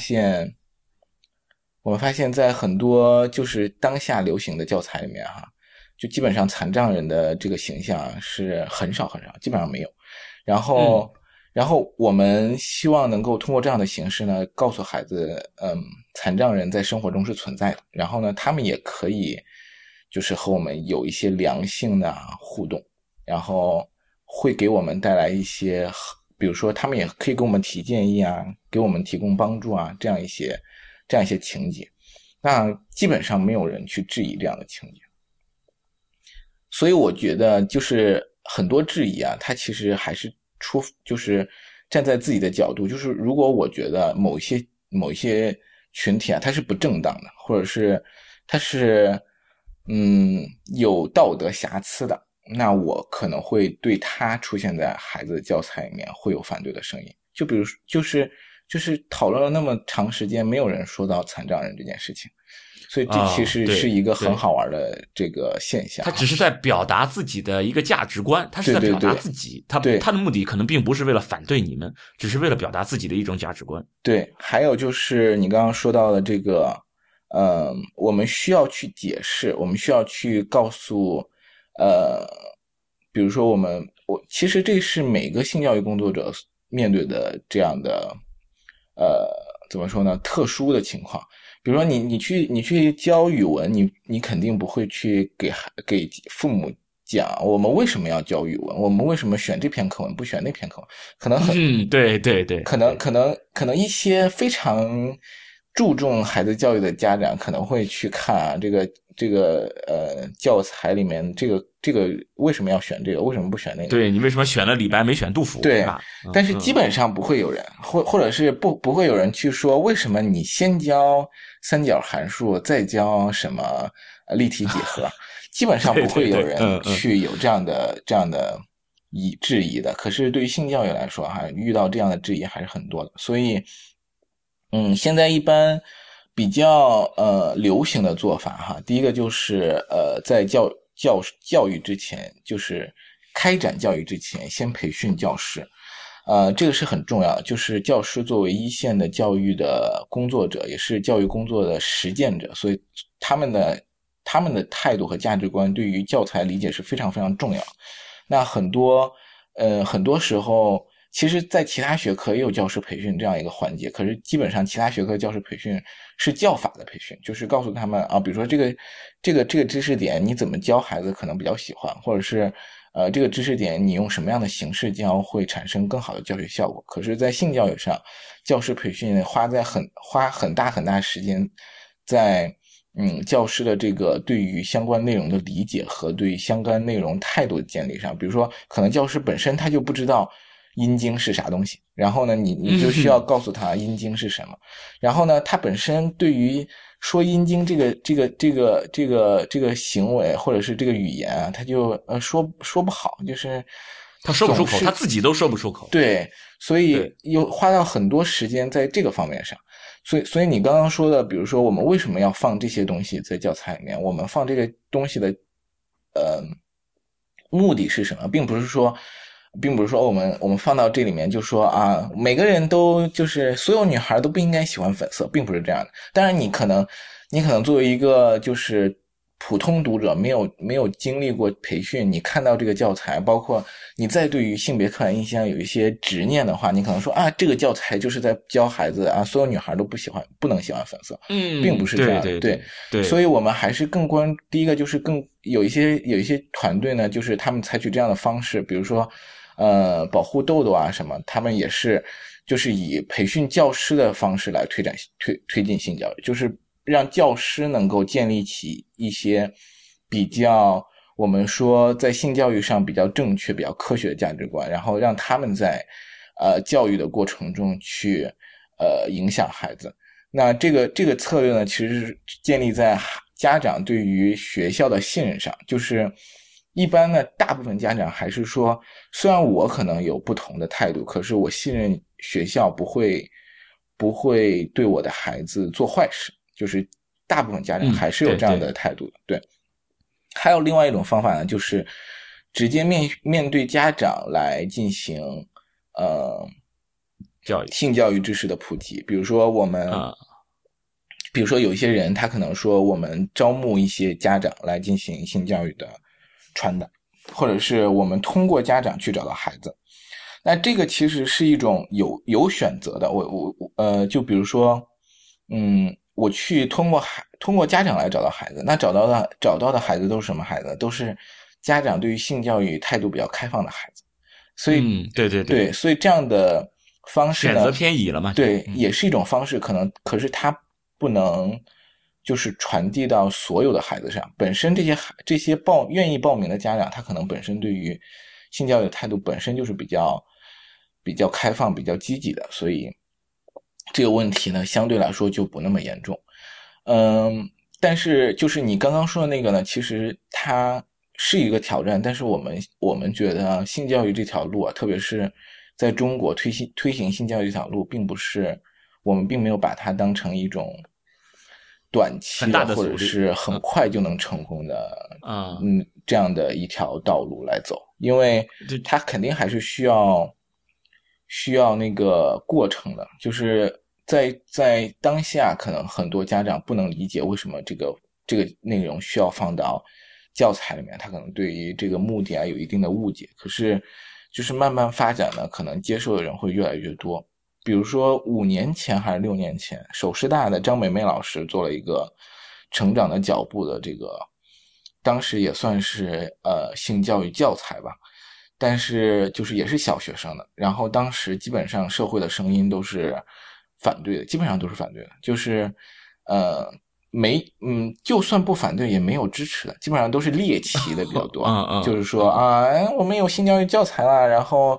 现在很多就是当下流行的教材里面哈，就基本上残障人的这个形象是很少，基本上没有。然后我们希望能够通过这样的形式呢，告诉孩子残障人在生活中是存在的，然后呢他们也可以就是和我们有一些良性的互动，然后会给我们带来一些，比如说他们也可以给我们提建议啊，给我们提供帮助啊，这样一些情节。 那基本上没有人去质疑这样的情节。所以我觉得就是很多质疑啊，它其实还是就是站在自己的角度，就是如果我觉得某一些群体啊，它是不正当的，或者是它是有道德瑕疵的，那我可能会对它出现在孩子的教材里面会有反对的声音。就比如就是讨论了那么长时间，没有人说到残障人这件事情。所以这其实是一个很好玩的这个现象。 他只是在表达自己的一个价值观，他是在表达自己，他的目的可能并不是为了反对你们，只是为了表达自己的一种价值观。 对，还有就是你刚刚说到的这个，我们需要去解释，我们需要去告诉，比如说其实这是每个性教育工作者面对的这样的，怎么说呢，特殊的情况。比如说你去教语文，你肯定不会去给父母讲我们为什么要教语文，我们为什么选这篇课文不选那篇课文，可能对， 可能一些非常注重孩子教育的家长可能会去看啊，这个教材里面这个为什么要选这个，为什么不选那个？ 对，你为什么选了李白没选杜甫？ 对，但是基本上不会有人，或者是不会有人去说为什么你先教三角函数，再教什么立体几何，基本上不会有人去有这样的质疑的。可是对于性教育来说哈，遇到这样的质疑还是很多的。所以现在一般比较流行的做法哈，第一个就是在教育之前，就是开展教育之前先培训教师。这个是很重要的，就是教师作为一线的教育的工作者，也是教育工作的实践者，所以他们的态度和价值观对于教材理解是非常非常重要。那很多时候，其实在其他学科也有教师培训这样一个环节，可是基本上其他学科教师培训是教法的培训，就是告诉他们啊，比如说这个知识点你怎么教孩子可能比较喜欢，或者是这个知识点你用什么样的形式教会产生更好的教学效果。可是在性教育上，教师培训花很大时间在教师的这个对于相关内容的理解和对相关内容态度的建立上。比如说可能教师本身他就不知道阴茎是啥东西，然后呢你就需要告诉他阴茎是什么，然后呢他本身对于说阴茎这个行为或者是这个语言啊，他就说不好，就是他说不出口，他自己都说不出口。 对，所以又花到很多时间在这个方面上。所以你刚刚说的，比如说我们为什么要放这些东西在教材里面，我们放这个东西的目的是什么，并不是说我们放到这里面就说啊，每个人都就是所有女孩都不应该喜欢粉色，并不是这样的。当然你可能作为一个就是普通读者，没有经历过培训，你看到这个教材，包括你再对于性别刻板印象有一些执念的话，你可能说啊，这个教材就是在教孩子啊，所有女孩都不能喜欢粉色，并不是这样的。对，所以我们还是第一个就是有一些团队呢，就是他们采取这样的方式，比如说保护痘痘啊什么，他们也是就是以培训教师的方式来推进性教育，就是让教师能够建立起一些比较我们说在性教育上比较正确比较科学的价值观，然后让他们在教育的过程中去影响孩子。那这个策略呢，其实是建立在家长对于学校的信任上，就是一般呢大部分家长还是说，虽然我可能有不同的态度，可是我信任学校不会对我的孩子做坏事，就是大部分家长还是有这样的态度的。对，还有另外一种方法呢，就是直接面对家长来进行性教育知识的普及。比如说比如说有一些人他可能说我们招募一些家长来进行性教育的传达，或者是我们通过家长去找到孩子。那这个其实是一种有选择的。就比如说我去通过家长来找到孩子，那找到的孩子都是什么孩子？都是家长对于性教育态度比较开放的孩子。所以对，所以这样的方式呢， 选择偏移了嘛？ 对，也是一种方式，可是它不能就是传递到所有的孩子上。本身这些愿意报名的家长，他可能本身对于性教育的态度本身就是比较开放、比较积极的，所以这个问题呢，相对来说就不那么严重。但是就是你刚刚说的那个呢，其实它是一个挑战，但是我们觉得性教育这条路啊，特别是在中国推行性教育这条路，我们并没有把它当成一种短期的或者是很快就能成功的这样的一条道路来走，因为它肯定还是需要那个过程的，就是在当下可能很多家长不能理解为什么这个内容需要放到教材里面，他可能对于这个目的啊有一定的误解，可是就是慢慢发展呢，可能接受的人会越来越多。比如说5年前还是6年前，首师大的张美妹老师做了一个成长的脚步的这个，当时也算是性教育教材吧，但是就是也是小学生的，然后当时基本上社会的声音都是反对的，基本上都是反对的，就是就算不反对也没有支持的，基本上都是猎奇的比较多。就是说我们有性教育教材了，然后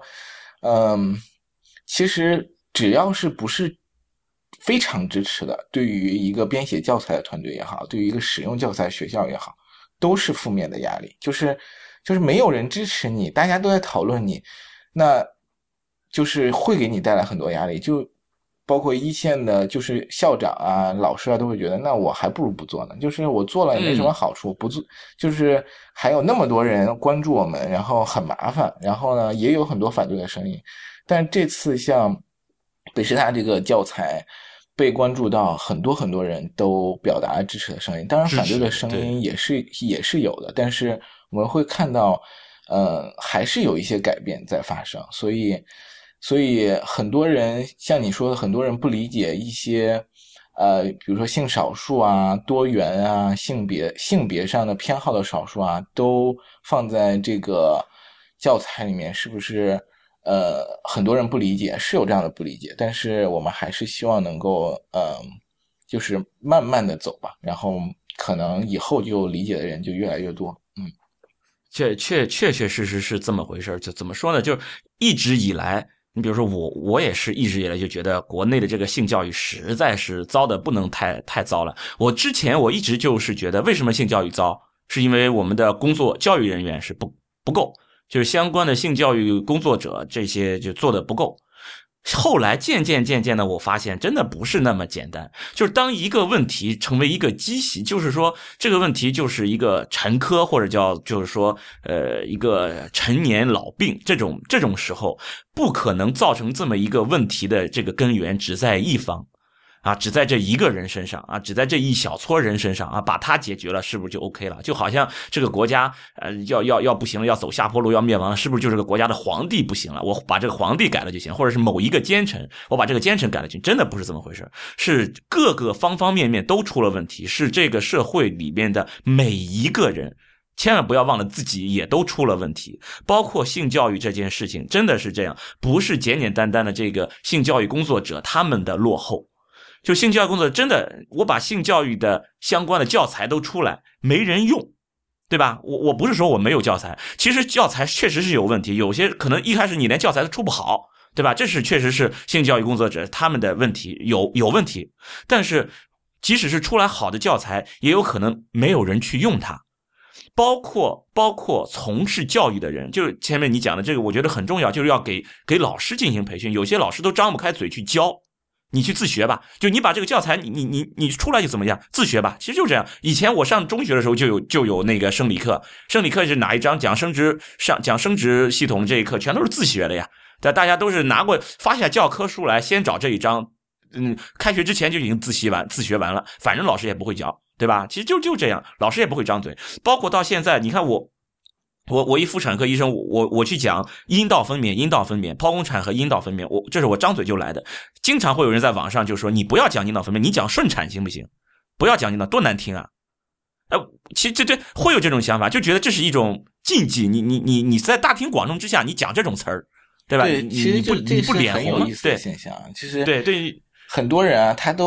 其实只要是不是非常支持的，对于一个编写教材的团队也好，对于一个使用教材学校也好，都是负面的压力，就是没有人支持你，大家都在讨论你，那就是会给你带来很多压力，就包括一线的就是校长啊老师啊都会觉得，那我还不如不做呢，就是我做了也没什么好处，不做就是还有那么多人关注我们，然后很麻烦，然后呢也有很多反对的声音。但这次像北师大这个教材被关注到，很多人都表达了支持的声音，当然反对的声音也是有的，但是我们会看到还是有一些改变在发生，所以很多人像你说的，很多人不理解一些比如说性少数啊、多元啊、性别上的偏好的少数啊，都放在这个教材里面，是不是很多人不理解，是有这样的不理解，但是我们还是希望能够就是慢慢的走吧，然后可能以后就理解的人就越来越多。 确实是这么回事。就怎么说呢，就是一直以来，你比如说我也是一直以来就觉得国内的这个性教育实在是糟的不能太糟了。之前我一直就是觉得，为什么性教育糟，是因为我们的教育人员是不够，就是相关的性教育工作者这些就做的不够。后来渐渐的我发现真的不是那么简单，就是当一个问题成为一个积习，就是说这个问题就是一个陈科，或者就是说一个陈年老病，这种时候不可能造成这么一个问题的这个根源只在一方只在这一个人身上只在这一小撮人身上把它解决了，是不是就 OK 了？就好像这个国家要不行了，要走下坡路，要灭亡了，是不是就这个国家的皇帝不行了？我把这个皇帝改了就行，或者是某一个奸臣，我把这个奸臣改了就行？真的不是这么回事，是各个方方面面都出了问题，是这个社会里面的每一个人。千万不要忘了自己也都出了问题，包括性教育这件事情真的是这样，不是简简单单的这个性教育工作者他们的落后，就性教育工作真的，我把性教育的相关的教材都出来，没人用，对吧？我不是说我没有教材，其实教材确实是有问题，有些可能一开始你连教材都出不好，对吧？这是确实是性教育工作者他们的问题，有问题。但是即使是出来好的教材，也有可能没有人去用它。包括从事教育的人，就是前面你讲的这个，我觉得很重要，就是要给老师进行培训。有些老师都张不开嘴去教，你去自学吧，就你把这个教材你出来就怎么样，自学吧，其实就这样。以前我上中学的时候就有那个生理课是哪一章讲生殖系统这一课全都是自学的呀，大家都是拿过发下教科书来，先找这一章，开学之前就已经自学完了，反正老师也不会教，对吧？其实就这样，老师也不会张嘴。包括到现在，你看我一妇产科医生，我去讲阴道分娩、剖宫产和阴道分娩，这是我张嘴就来的。经常会有人在网上就说，你不要讲阴道分娩，你讲顺产行不行？不要讲阴道，多难听啊！其实对会有这种想法，就觉得这是一种禁忌。你在大庭广众之下，你讲这种词儿，对吧？ 对，其实这是很有意思的现象。其实对很多人他都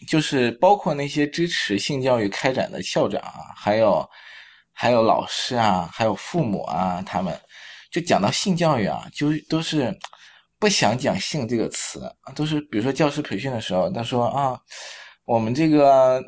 就是包括那些支持性教育开展的校长啊，还有老师啊，还有父母啊，他们就讲到性教育啊，就都是不想讲性这个词，都是比如说教师培训的时候，他说啊，我们这个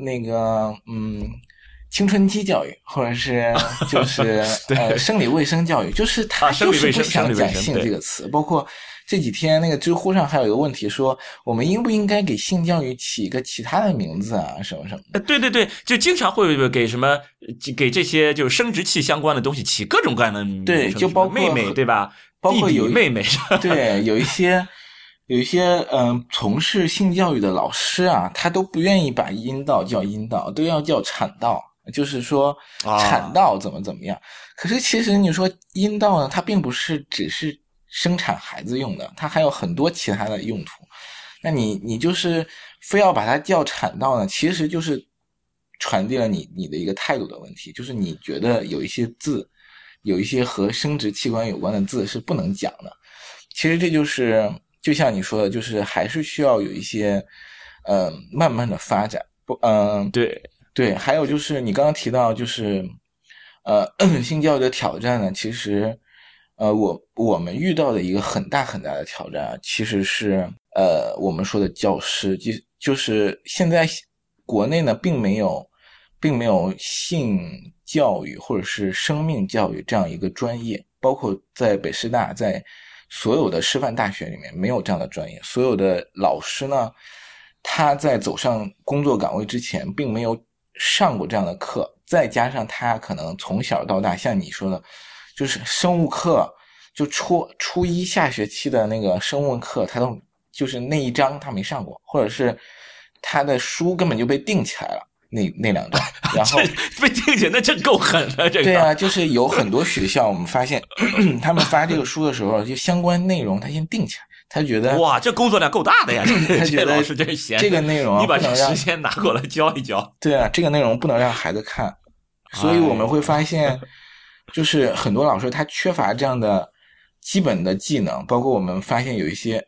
青春期教育，或者是就是生理卫生教育，就是他就是不想讲性这个词。包括这几天那个知乎上还有一个问题说，我们应不应该给性教育起一个其他的名字啊，什么什么的。 对对对，就经常会给什么给这些就是生殖器相关的东西起各种各样的名称， 对，就包括妹妹对吧？ 包括有弟弟妹妹对，有一些从事性教育的老师啊，他都不愿意把阴道叫阴道，都要叫产道。就是说产道怎么样，可是其实你说阴道呢，它并不是只是生产孩子用的，它还有很多其他的用途。那你就是非要把它叫产道呢，其实就是传递了你的一个态度的问题，就是你觉得有一些字，有一些和生殖器官有关的字是不能讲的。其实这就是就像你说的，就是还是需要有一些慢慢的发展。对，还有就是你刚刚提到就是性教育的挑战呢，其实我们遇到的一个很大的挑战其实是我们说的教师，就是现在国内呢并没有性教育或者是生命教育这样一个专业，包括在北师大，在所有的师范大学里面没有这样的专业。所有的老师呢，他在走上工作岗位之前并没有上过这样的课，再加上他可能从小到大像你说的，就是生物课，就初一下学期的那个生物课，他都就是那一章他没上过，或者是他的书根本就被订起来了，那两章，然后被订起来，那真够狠的。这个对啊，就是有很多学校我们发现他们发这个书的时候，就相关内容他先订起来，他觉得哇，这工作量够大的呀！ 他觉得老师真闲， 这个内容你把这个时间拿过来教一教。 对啊，这个内容不能让孩子看，所以我们会发现，就是很多老师他缺乏这样的基本的技能，包括我们发现有一些，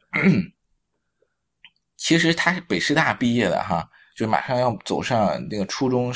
其实他是北师大毕业的哈，就马上要走上那个初中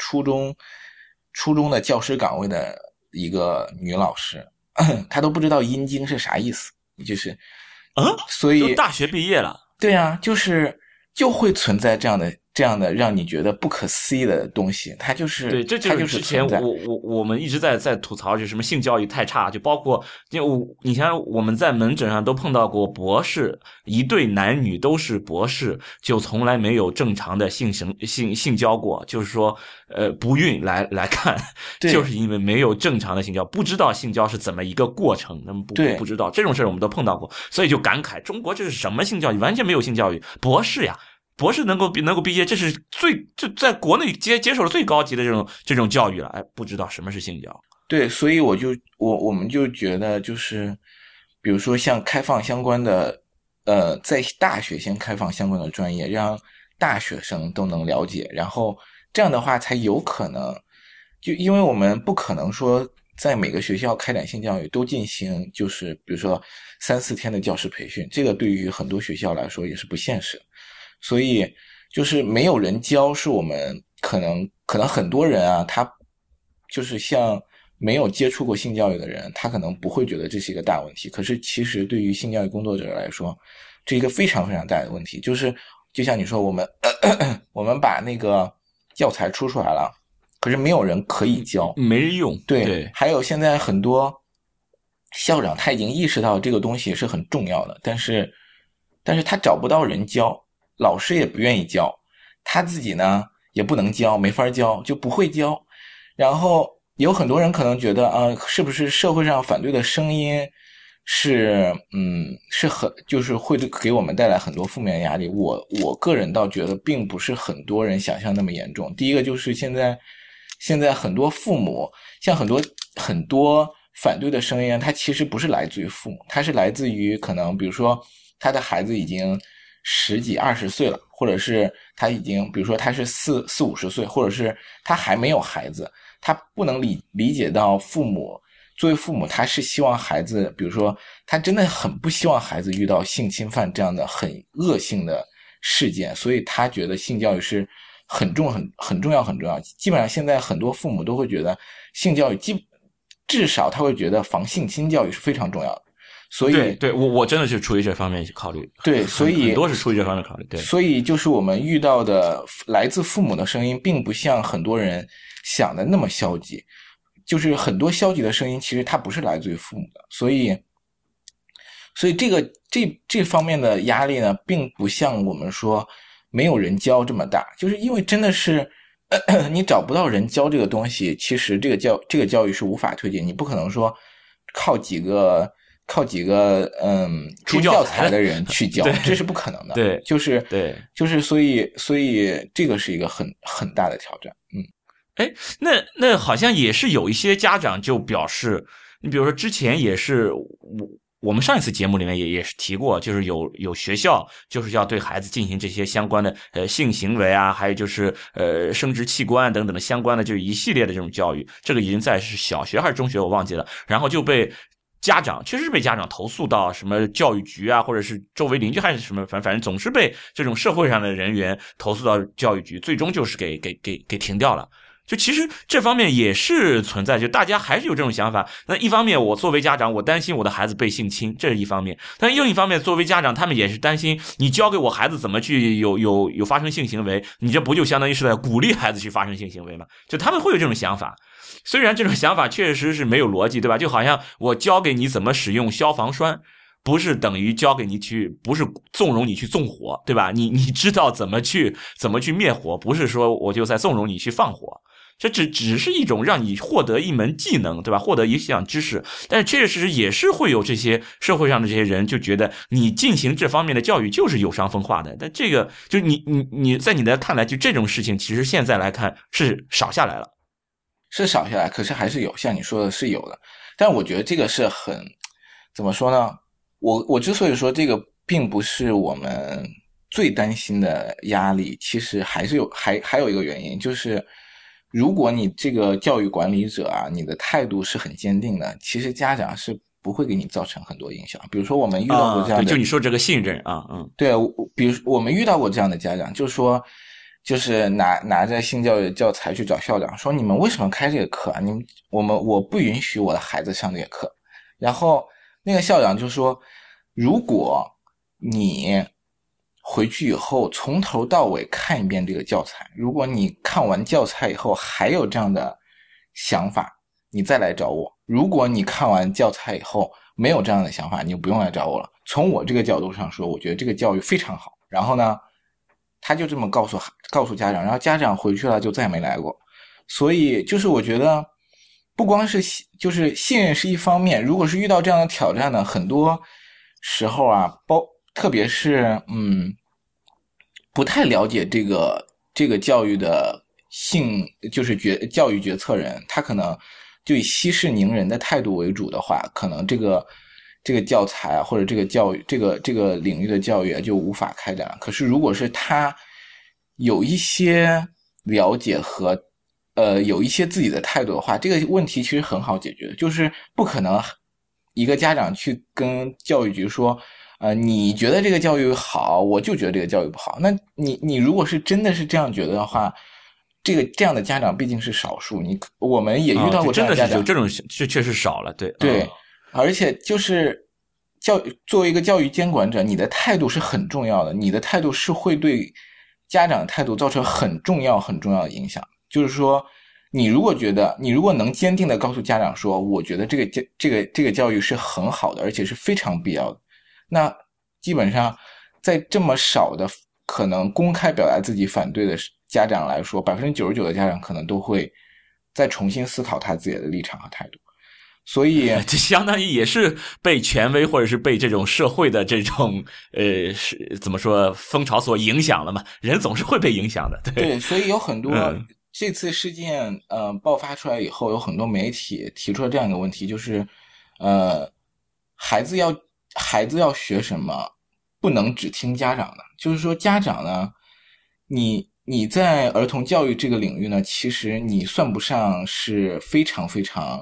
的教师岗位的一个女老师，她都不知道阴茎是啥意思，就是所以大学毕业了， 对啊，就会存在这样的让你觉得不可思议的东西，它就是对，这就是之前我们一直在吐槽，就什么性教育太差，就包括你像我们在门诊上都碰到过博士，一对男女都是博士，就从来没有正常的性交过，就是说不孕来看，就是因为没有正常的性交，不知道性交是怎么一个过程，那么不知道这种事我们都碰到过，所以就感慨中国这是什么性教育，完全没有性教育，博士能够毕业，这是就在国内接受了最高级的这种教育了，哎，不知道什么是性教。 对，所以我们就觉得就是比如说像开放相关的在大学先开放相关的专业，让大学生都能了解，然后这样的话才有可能，就因为我们不可能说在每个学校开展性教育都进行就是比如说3-4天的教师培训，这个对于很多学校来说也是不现实的。所以就是没有人教，是我们可能很多人啊，他就是像没有接触过性教育的人，他可能不会觉得这是一个大问题，可是其实对于性教育工作者来说，这是一个非常非常大的问题。就是就像你说我们把那个教材出来了，可是没有人可以教， 没人用。 对，还有现在很多校长他已经意识到这个东西是很重要的，但是他找不到人教，老师也不愿意教，他自己呢也不能教，没法教，就不会教。然后有很多人可能觉得是不是社会上反对的声音是就是会给我们带来很多负面压力。我个人倒觉得并不是很多人想象那么严重。第一个就是现在很多父母，像很多反对的声音，它其实不是来自于父母，它是来自于可能比如说他的孩子已经10几20岁了，或者是他已经比如说他是40-50岁，或者是他还没有孩子，他不能理解到作为父母他是希望孩子，比如说他真的很不希望孩子遇到性侵犯这样的很恶性的事件，所以他觉得性教育是很重要。基本上现在很多父母都会觉得性教育至少他会觉得防性侵教育是非常重要的。所以对我真的是出于这方面考虑， 对，所以很多是出于这方面考虑，对， 所以就是我们遇到的来自父母的声音，并不像很多人想的那么消极，就是很多消极的声音，其实它不是来自于父母的，所以这方面的压力呢，并不像我们说没有人教这么大，就是因为真的是你找不到人教这个东西，其实这个教育是无法推进，你不可能说靠几个出教材的人去教，这是不可能的。 对， 就是所以这个是一个很大的挑战。 那好像也是有一些家长就表示，你比如说之前也是我们上一次节目里面也是提过，就是有学校就是要对孩子进行这些相关的性行为啊，还有就是生殖器官等等的相关的就是一系列的这种教育，这个已经在是小学还是中学我忘记了，然后就被家长确实是被家长投诉到什么教育局啊，或者是周围邻居还是什么，反正总是被这种社会上的人员投诉到教育局，最终就是给停掉了。就其实这方面也是存在，就大家还是有这种想法。那一方面我作为家长，我担心我的孩子被性侵，这是一方面，但另一方面作为家长，他们也是担心你教给我孩子怎么去有发生性行为，你这不就相当于是在鼓励孩子去发生性行为吗？就他们会有这种想法。虽然这种想法确实是没有逻辑，对吧？就好像我教给你怎么使用消防栓，不是等于教给你不是纵容你去纵火，对吧？你知道怎么去灭火，不是说我就在纵容你去放火。这只是一种让你获得一门技能，对吧？获得一项知识，但是确实也是会有这些社会上的这些人就觉得你进行这方面的教育就是有伤风化的。但这个就你在你的看来，就这种事情其实现在来看是少下来了， 是少下来，可是还是有，像你说的是有的。但我觉得这个是很怎么说呢？我之所以说这个并不是我们最担心的压力，其实还有一个原因，就是如果你这个教育管理者啊，你的态度是很坚定的，其实家长是不会给你造成很多影响。比如说我们遇到过这样的， 就你说这个信任啊， 对，比如我们遇到过这样的家长，就是拿着性教育教材去找校长说，你们为什么开这个课啊？我不允许我的孩子上这个课。然后那个校长就说，如果你回去以后从头到尾看一遍这个教材，如果你看完教材以后还有这样的想法，你再来找我。如果你看完教材以后没有这样的想法，你就不用来找我了。从我这个角度上说，我觉得这个教育非常好。然后呢，他就这么告诉家长，然后家长回去了就再也没来过。所以就是我觉得不光是就是信任是一方面，如果是遇到这样的挑战呢，很多时候啊，特别是不太了解这个教育的就是教育决策人，他可能就以息事宁人的态度为主的话，可能这个教材啊，或者这个教育这个领域的教育就无法开展了。可是如果是他有一些了解和有一些自己的态度的话，这个问题其实很好解决的，就是不可能一个家长去跟教育局说你觉得这个教育好，我就觉得这个教育不好。那你如果是真的是这样觉得的话，这样的家长毕竟是少数。我们也遇到过这样的家长， 真的是这种确实少了，对对，而且就是作为一个教育监管者，你的态度是很重要的，你的态度是会对家长的态度造成很重要的影响。就是说，你如果能坚定的告诉家长说，我觉得这个教育是很好的，而且是非常必要的。那基本上在这么少的可能公开表达自己反对的家长来说，99%的家长可能都会再重新思考他自己的立场和态度。所以这相当于也是被权威或者是被这种社会的这种怎么说风潮所影响了嘛，人总是会被影响的。 对，所以有很多这次事件爆发出来以后，有很多媒体提出了这样一个问题，就是孩子要学什么不能只听家长的。就是说家长呢，你在儿童教育这个领域呢，其实你算不上是非常非常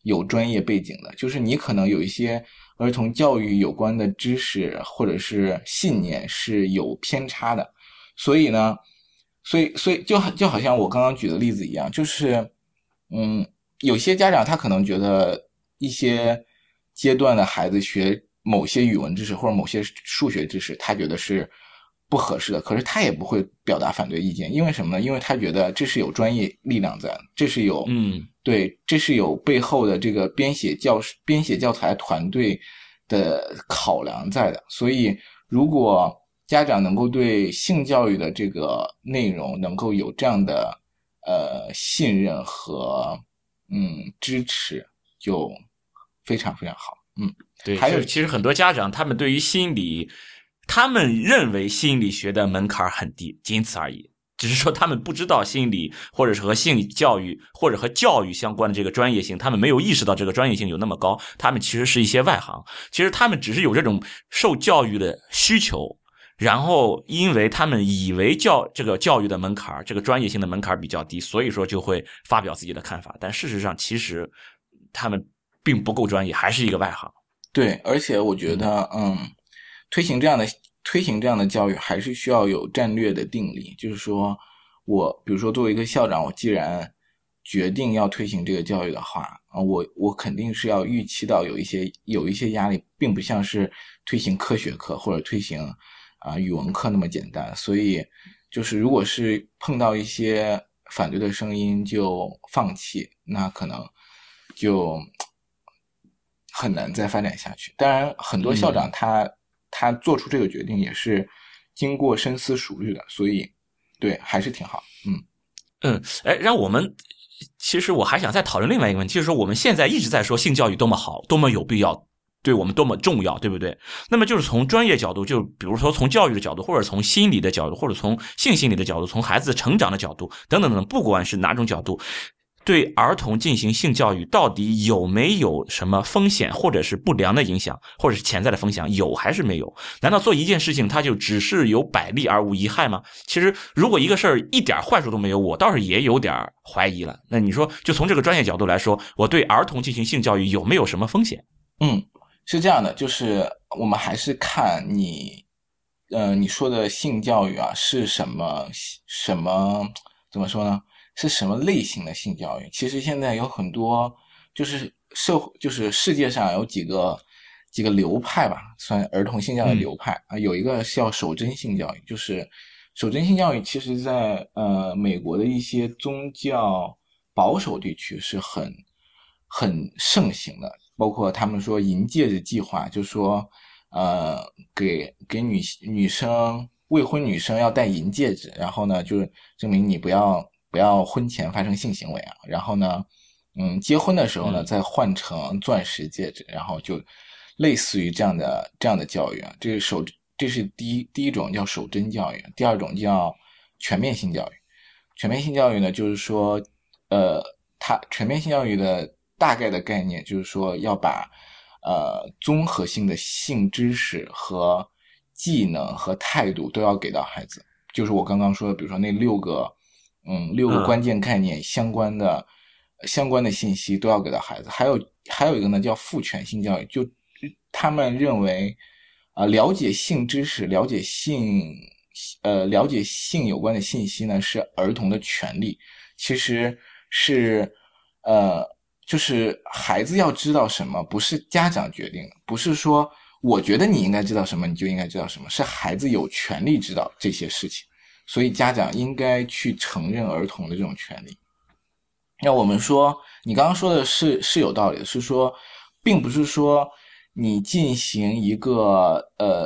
有专业背景的，就是你可能有一些儿童教育有关的知识或者是信念是有偏差的，所以呢，所以就好像我刚刚举的例子一样，就是有些家长他可能觉得一些阶段的孩子学某些语文知识或者某些数学知识，他觉得是不合适的，可是他也不会表达反对意见，因为什么呢？因为他觉得这是有专业力量在的，这是有对，这是有背后的这个编写教材团队的考量在的。所以如果家长能够对性教育的这个内容能够有这样的信任和支持，就非常非常好。 对， 还有其实很多家长他们对于心理，他们认为心理学的门槛很低，仅此而已。只是说他们不知道心理或者是和心理教育或者和教育相关的这个专业性，他们没有意识到这个专业性有那么高，他们其实是一些外行，其实他们只是有这种受教育的需求，然后因为他们以为这个教育的门槛，这个专业性的门槛比较低，所以说就会发表自己的看法，但事实上其实他们并不够专业，还是一个外行。 对，而且我觉得推行这样的教育还是需要有战略的定力，就是说比如说作为一个校长，我既然决定要推行这个教育的话，我肯定是要预期到有一些压力，并不像是推行科学课或者推行语文课那么简单。所以就是如果是碰到一些反对的声音就放弃，那可能就很难再发展下去。当然很多校长他做出这个决定也是经过深思熟虑的，所以对还是挺好。 让我们其实我还想再讨论另外一个问题，就是说我们现在一直在说性教育多么好，多么有必要，对我们多么重要，对不对？那么就是从专业角度，就比如说从教育的角度，或者从心理的角度，或者从性心理的角度，从孩子成长的角度等等等，不管是哪种角度，对儿童进行性教育到底有没有什么风险，或者是不良的影响，或者是潜在的风险，有还是没有？难道做一件事情它就只是有百利而无一害吗？其实如果一个事儿一点坏处都没有，我倒是也有点怀疑了。那你说就从这个专业角度来说，我对儿童进行性教育有没有什么风险？ 是这样的，就是我们还是看你说的性教育是什么怎么说呢？是什么类型的性教育？其实现在有很多，就是世界上有几个流派吧，算儿童性教育流派有一个叫守贞性教育，就是守贞性教育，其实在美国的一些宗教保守地区是很盛行的，包括他们说银戒指计划，就说给女生未婚女生要戴银戒指，然后呢就证明你不要婚前发生性行为然后呢结婚的时候呢再换成钻石戒指，然后就类似于这样的教育这是第一种叫守贞教育。第二种叫全面性教育。全面性教育呢，就是说全面性教育的大概的概念就是说要把综合性的性知识和技能和态度都要给到孩子，就是我刚刚说的，比如说那六个关键概念相关的信息都要给到孩子。还有一个呢叫父权性教育，就他们认为了解性知识，了解性有关的信息呢是儿童的权利，其实是就是孩子要知道什么不是家长决定的，不是说我觉得你应该知道什么你就应该知道什么，是孩子有权利知道这些事情，所以家长应该去承认儿童的这种权利。那我们说你刚刚说的是有道理的，是说并不是说你进行一个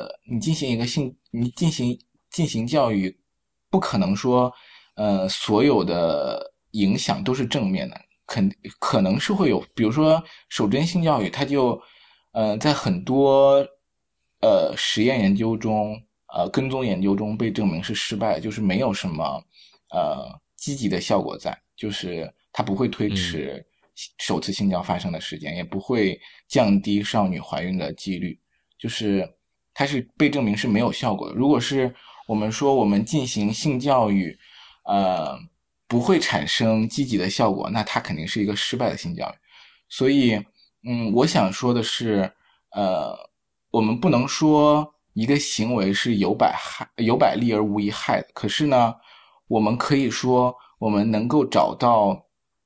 教育，不可能说所有的影响都是正面的，可能是会有，比如说守贞性教育，它就在很多实验研究中跟踪研究中被证明是失败的，就是没有什么积极的效果在，就是它不会推迟首次性交发生的时间，也不会降低少女怀孕的几率，就是它是被证明是没有效果的。如果是我们说我们进行性教育不会产生积极的效果，那它肯定是一个失败的性教育。 所以我想说的是我们不能说一个行为是有百利而无一害的，可是呢我们可以说我们能够找到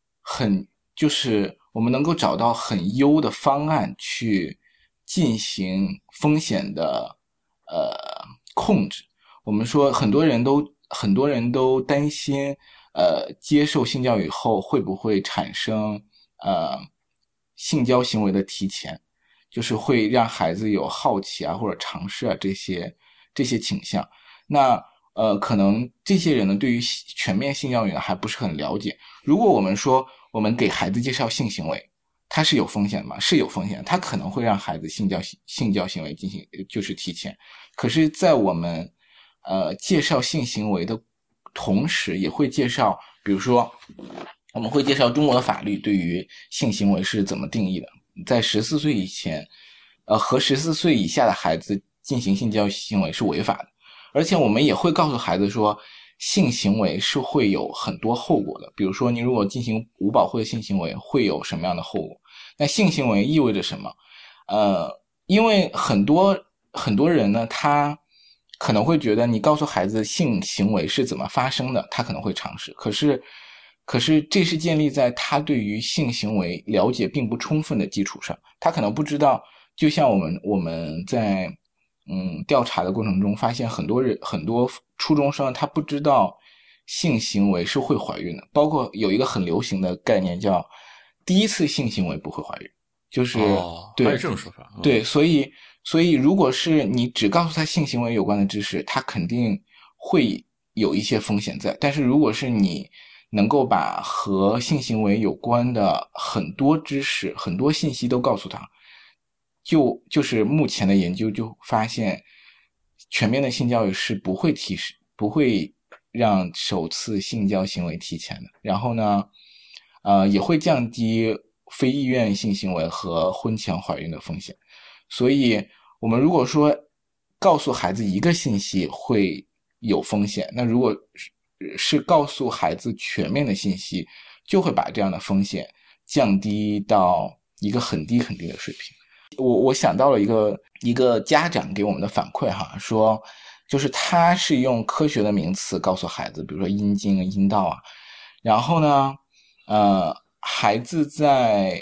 我们能够找到很优的方案去进行风险的控制。我们说很多人都担心接受性教育后会不会产生性交行为的提前，就是会让孩子有好奇啊或者尝试啊这些倾向。那可能这些人呢对于全面性教育呢还不是很了解。如果我们说我们给孩子介绍性行为，它是有风险吗？是有风险，它可能会让孩子性交行为进行就是提前。可是在我们介绍性行为的同时，也会介绍，比如说我们会介绍中国的法律对于性行为是怎么定义的，在14岁以前和14岁以下的孩子进行性交行为是违法的。而且我们也会告诉孩子说性行为是会有很多后果的，比如说你如果进行无保护的性行为会有什么样的后果。那性行为意味着什么？因为很多人呢他可能会觉得你告诉孩子性行为是怎么发生的，他可能会尝试，可是这是建立在他对于性行为了解并不充分的基础上。他可能不知道，就像我们在调查的过程中发现，很多初中生他不知道性行为是会怀孕的，包括有一个很流行的概念叫第一次性行为不会怀孕，就是对， 还有这种说法。 对，所以如果是你只告诉他性行为有关的知识，他肯定会有一些风险在。但是如果是你能够把和性行为有关的很多知识、很多信息都告诉他，就是目前的研究就发现，全面的性教育是不会让首次性交行为提前的。然后呢，也会降低非意愿性行为和婚前怀孕的风险。所以我们如果说告诉孩子一个信息会有风险，那如果是告诉孩子全面的信息，就会把这样的风险降低到一个很低很低的水平。我想到了一个家长给我们的反馈哈，说就是他是用科学的名词告诉孩子，比如说阴茎、阴道啊，然后呢孩子在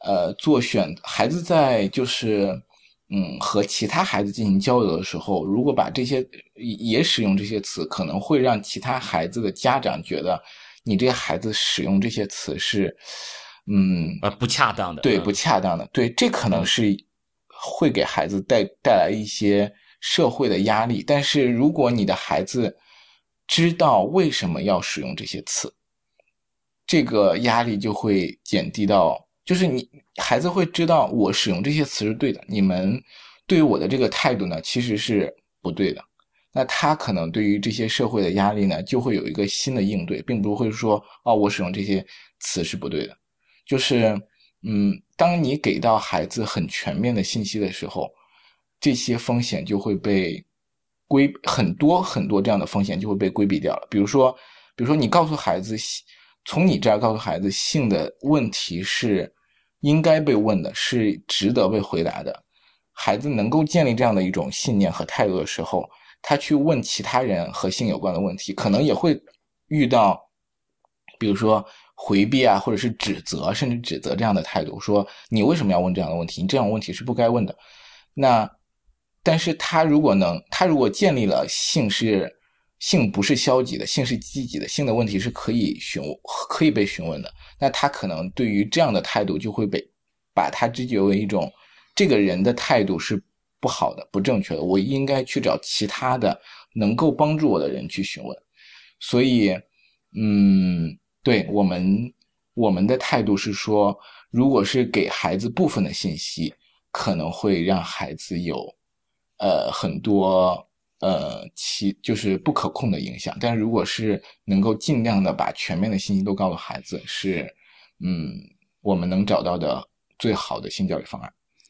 就是和其他孩子进行交流的时候，如果把这些也使用这些词，可能会让其他孩子的家长觉得你这个孩子使用这些词是不恰当的。 对，不恰当的。对，这可能是会给孩子带来一些社会的压力。但是如果你的孩子知道为什么要使用这些词，这个压力就会减低到，就是孩子会知道我使用这些词是对的，你们对于我的这个态度呢其实是不对的。那他可能对于这些社会的压力呢就会有一个新的应对，并不会说我使用这些词是不对的。就是当你给到孩子很全面的信息的时候，这些风险就会被很多这样的风险就会被规避掉了。比如说你告诉孩子，从你这儿告诉孩子性的问题是应该被问的，是值得被回答的，孩子能够建立这样的一种信念和态度的时候，他去问其他人和性有关的问题，可能也会遇到比如说回避啊，或者是指责，甚至指责这样的态度，说你为什么要问这样的问题，你这样的问题是不该问的。但是他如果建立了性不是消极的，性是积极的，性的问题是可以被询问的，那他可能对于这样的态度就会把他知觉为一种这个人的态度是不好的、不正确的，我应该去找其他的能够帮助我的人去询问。所以对，我们的态度是说，如果是给孩子部分的信息，可能会让孩子有很多就是不可控的影响。但如果是能够尽量的把全面的信息都告诉孩子，是我们能找到的最好的性教育方案。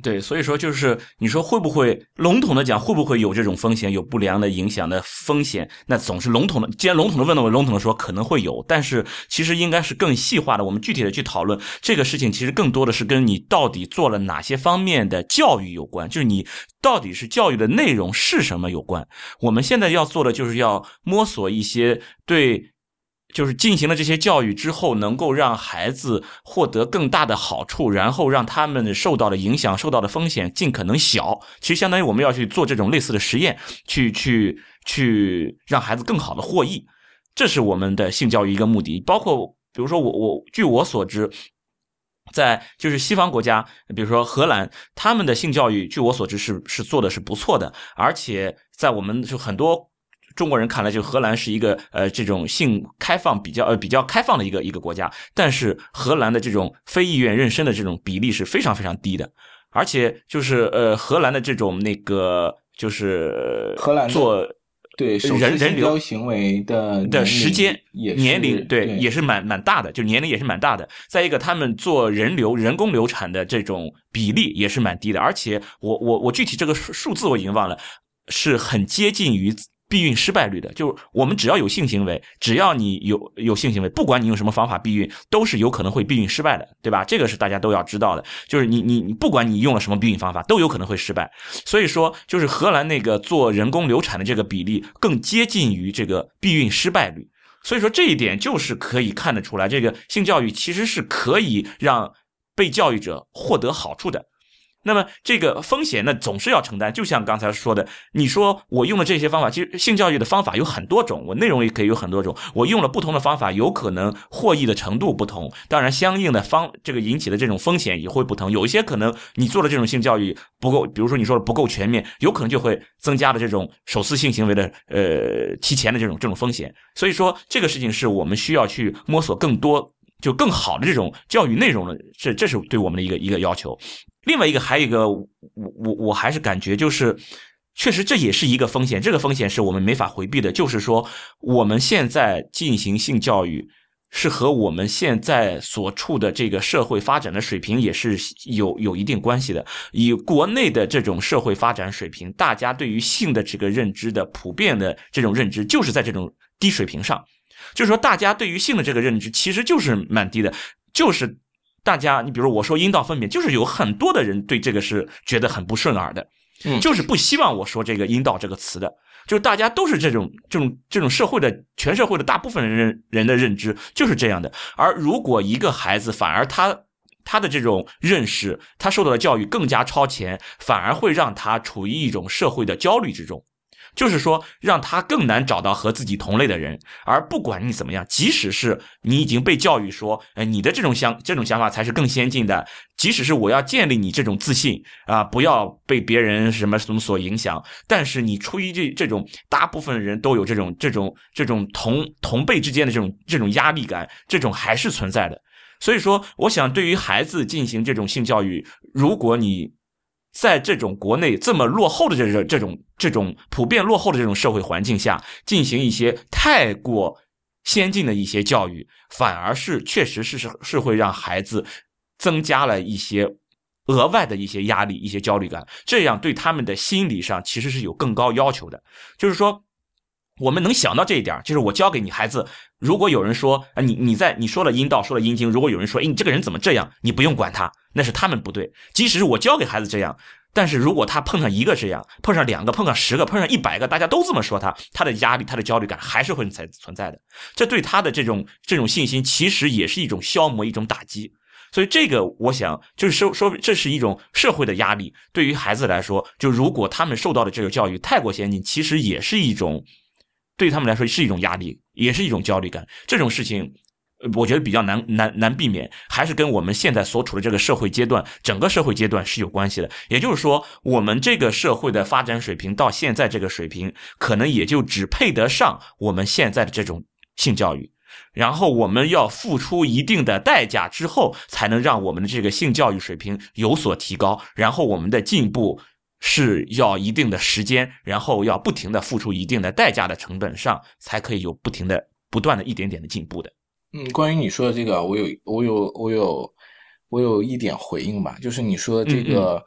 对，所以说就是你说会不会笼统的讲会不会有这种风险，有不良的影响的风险，那总是笼统的，既然笼统的问了，我笼统的说可能会有，但是其实应该是更细化的，我们具体的去讨论这个事情，其实更多的是跟你到底做了哪些方面的教育有关，就是你到底是教育的内容是什么有关。我们现在要做的就是要摸索一些就是进行了这些教育之后能够让孩子获得更大的好处，然后让他们受到的影响受到的风险尽可能小，其实相当于我们要去做这种类似的实验，去让孩子更好的获益，这是我们的性教育一个目的。包括比如说据我所知，在就是西方国家，比如说荷兰，他们的性教育据我所知是做的是不错的，而且在我们就很多中国人看来，就荷兰是一个这种性开放比较开放的一个国家，但是荷兰的这种非意愿妊娠的这种比例是非常非常低的，而且就是荷兰的这种那个就是荷兰做对手持性交行为的时间年龄对也是蛮大的，就年龄也是蛮大的。再一个，他们做人工流产的这种比例也是蛮低的，而且我具体这个数字我已经忘了，是很接近于避孕失败率的。就是我们只要有性行为，只要你有性行为，不管你用什么方法避孕，都是有可能会避孕失败的，对吧？这个是大家都要知道的，就是你不管你用了什么避孕方法，都有可能会失败。所以说就是荷兰那个做人工流产的这个比例更接近于这个避孕失败率，所以说这一点就是可以看得出来，这个性教育其实是可以让被教育者获得好处的。那么这个风险呢总是要承担，就像刚才说的，你说我用了这些方法，其实性教育的方法有很多种，我内容也可以有很多种，我用了不同的方法，有可能获益的程度不同，当然相应的这个引起的这种风险也会不同，有一些可能你做的这种性教育不够，比如说你说的不够全面，有可能就会增加了这种首次性行为的提前的这种风险。所以说这个事情是我们需要去摸索更多就更好的这种教育内容的，这是对我们的一个要求。另外一个还有一个我还是感觉就是确实这也是一个风险，这个风险是我们没法回避的，就是说我们现在进行性教育是和我们现在所处的这个社会发展的水平也是有一定关系的。以国内的这种社会发展水平，大家对于性的这个认知的普遍的这种认知就是在这种低水平上，就是说大家对于性的这个认知其实就是蛮低的，就是大家你比如我说阴道分娩，就是有很多的人对这个是觉得很不顺耳的，就是不希望我说这个阴道这个词的，就是大家都是这种社会的全社会的大部分人的认知就是这样的。而如果一个孩子反而他的这种认识，他受到的教育更加超前，反而会让他处于一种社会的焦虑之中，就是说让他更难找到和自己同类的人。而不管你怎么样，即使是你已经被教育说你的这种想法才是更先进的，即使是我要建立你这种自信不要被别人什么所影响，但是你出于这种大部分人都有这种同辈之间的这种压力感，这种还是存在的。所以说我想对于孩子进行这种性教育，如果你在这种国内这么落后的这种普遍落后的这种社会环境下进行一些太过先进的一些教育，反而是确实是会让孩子增加了一些额外的一些压力，一些焦虑感，这样对他们的心理上其实是有更高要求的。就是说我们能想到这一点，就是我教给你孩子，如果有人说你说了阴道说了阴茎，如果有人说你这个人怎么这样，你不用管他，那是他们不对。即使是我教给孩子这样，但是如果他碰上一个这样，碰上2个，碰上10个，碰上100个，大家都这么说他的压力他的焦虑感还是会存在的，这对他的这种信心其实也是一种消磨，一种打击。所以这个我想就是说这是一种社会的压力，对于孩子来说，就如果他们受到的这个教育太过先进，其实也是一种对他们来说是一种压力，也是一种焦虑感。这种事情我觉得比较难避免，还是跟我们现在所处的这个社会阶段，整个社会阶段是有关系的。也就是说我们这个社会的发展水平到现在这个水平，可能也就只配得上我们现在的这种性教育，然后我们要付出一定的代价之后，才能让我们的这个性教育水平有所提高，然后我们的进步是要一定的时间，然后要不停的付出一定的代价的成本上，才可以有不断的一点点的进步的。 关于你说的这个，我有一点回应吧，就是你说这个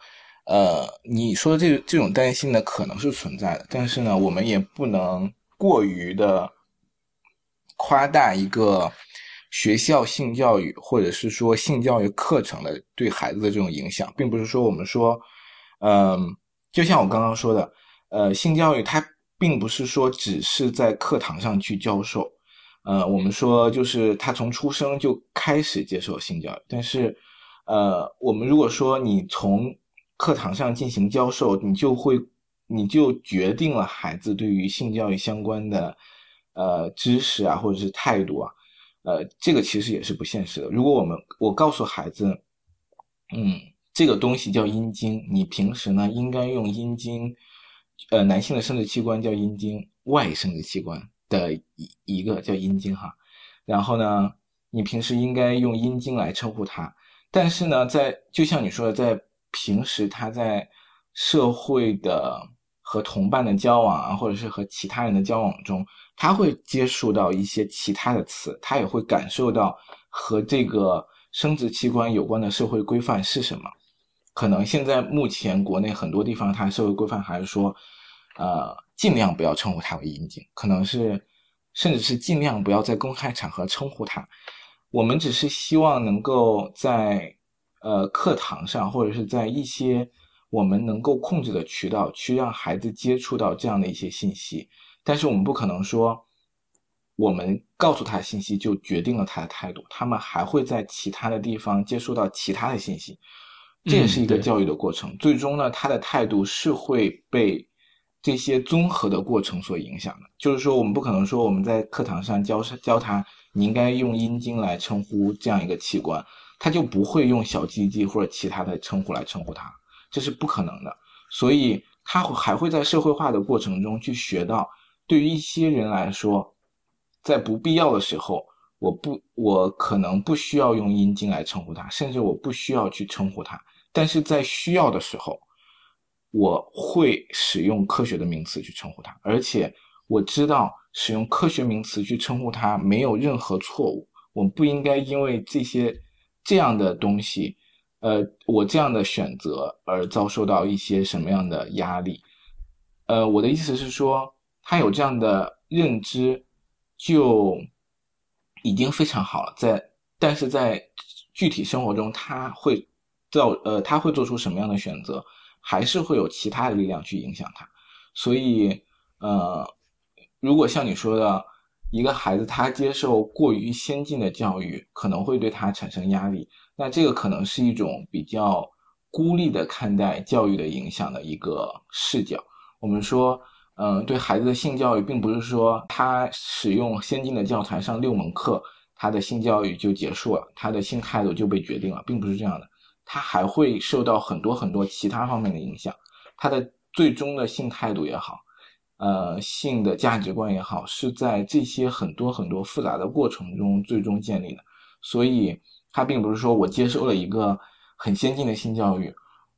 你说的这种担心呢，可能是存在的，但是呢，我们也不能过于的夸大一个学校性教育或者是说性教育课程的对孩子的这种影响，并不是说我们说，就像我刚刚说的，性教育它并不是说只是在课堂上去教授，我们说就是他从出生就开始接受性教育，但是，我们如果说你从课堂上进行教授，你就决定了孩子对于性教育相关的知识啊，或者是态度啊，这个其实也是不现实的。如果我告诉孩子，这个东西叫阴茎，你平时呢应该用阴茎，男性的生殖器官叫阴茎，外生殖器官的一个叫阴茎哈，然后呢，你平时应该用阴茎来称呼它。但是呢，就像你说的，在平时他在社会的和同伴的交往啊，或者是和其他人的交往中，他会接触到一些其他的词，他也会感受到和这个生殖器官有关的社会规范是什么。可能现在目前国内很多地方，它社会规范还是说，尽量不要称呼它为阴茎，可能是甚至是尽量不要在公开场合称呼它。我们只是希望能够在课堂上，或者是在一些我们能够控制的渠道，去让孩子接触到这样的一些信息。但是我们不可能说，我们告诉他信息就决定了他的态度，他们还会在其他的地方接触到其他的信息，这也是一个教育的过程。最终呢，他的态度是会被这些综合的过程所影响的。就是说，我们不可能说我们在课堂上教他，你应该用阴茎来称呼这样一个器官，他就不会用小鸡鸡或者其他的称呼来称呼它，这是不可能的。所以他还会在社会化的过程中去学到，对于一些人来说，在不必要的时候，我可能不需要用阴茎来称呼它，甚至我不需要去称呼它，但是在需要的时候，我会使用科学的名词去称呼它，而且我知道使用科学名词去称呼它没有任何错误，我不应该因为这样的东西，我这样的选择而遭受到一些什么样的压力。我的意思是说，他有这样的认知就已经非常好了，但是在具体生活中，他会做出什么样的选择，还是会有其他的力量去影响他。所以，如果像你说的，一个孩子他接受过于先进的教育，可能会对他产生压力，那这个可能是一种比较孤立的看待教育的影响的一个视角。我们说，对孩子的性教育，并不是说他使用先进的教材上6门课，他的性教育就结束了，他的性态度就被决定了，并不是这样的。他还会受到很多很多其他方面的影响，他的最终的性态度也好，性的价值观也好，是在这些很多很多复杂的过程中最终建立的。所以，他并不是说我接受了一个很先进的性教育，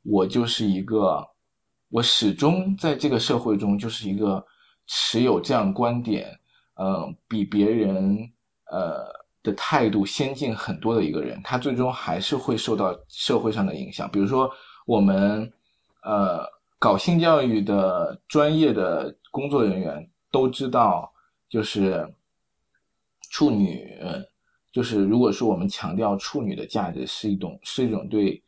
我始终在这个社会中就是一个持有这样观点，比别人的态度先进很多的一个人，他最终还是会受到社会上的影响。比如说，我们搞性教育的专业的工作人员都知道，就是处女，就是如果说我们强调处女的价值是一种对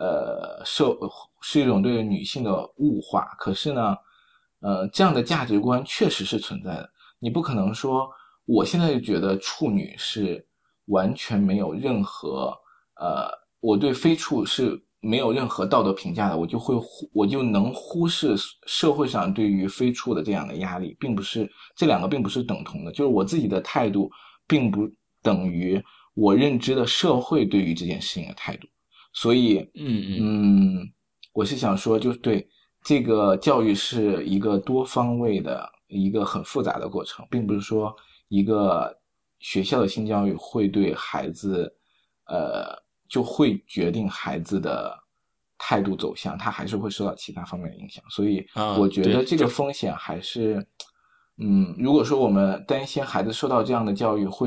是一种对女性的物化，可是呢，这样的价值观确实是存在的。你不可能说我现在就觉得处女是完全没有任何我对非处是没有任何道德评价的，我就能忽视社会上对于非处的这样的压力，并不是这两个并不是等同的，就是我自己的态度并不等于我认知的社会对于这件事情的态度。所以，我是想说，就是对这个教育是一个多方位的一个很复杂的过程，并不是说一个学校的性教育会对孩子，就会决定孩子的态度走向，他还是会受到其他方面的影响。所以，我觉得这个风险还是，如果说我们担心孩子受到这样的教育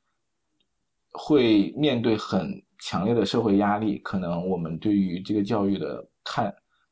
会面对很强烈的社会压力，可能我们对于这个教育的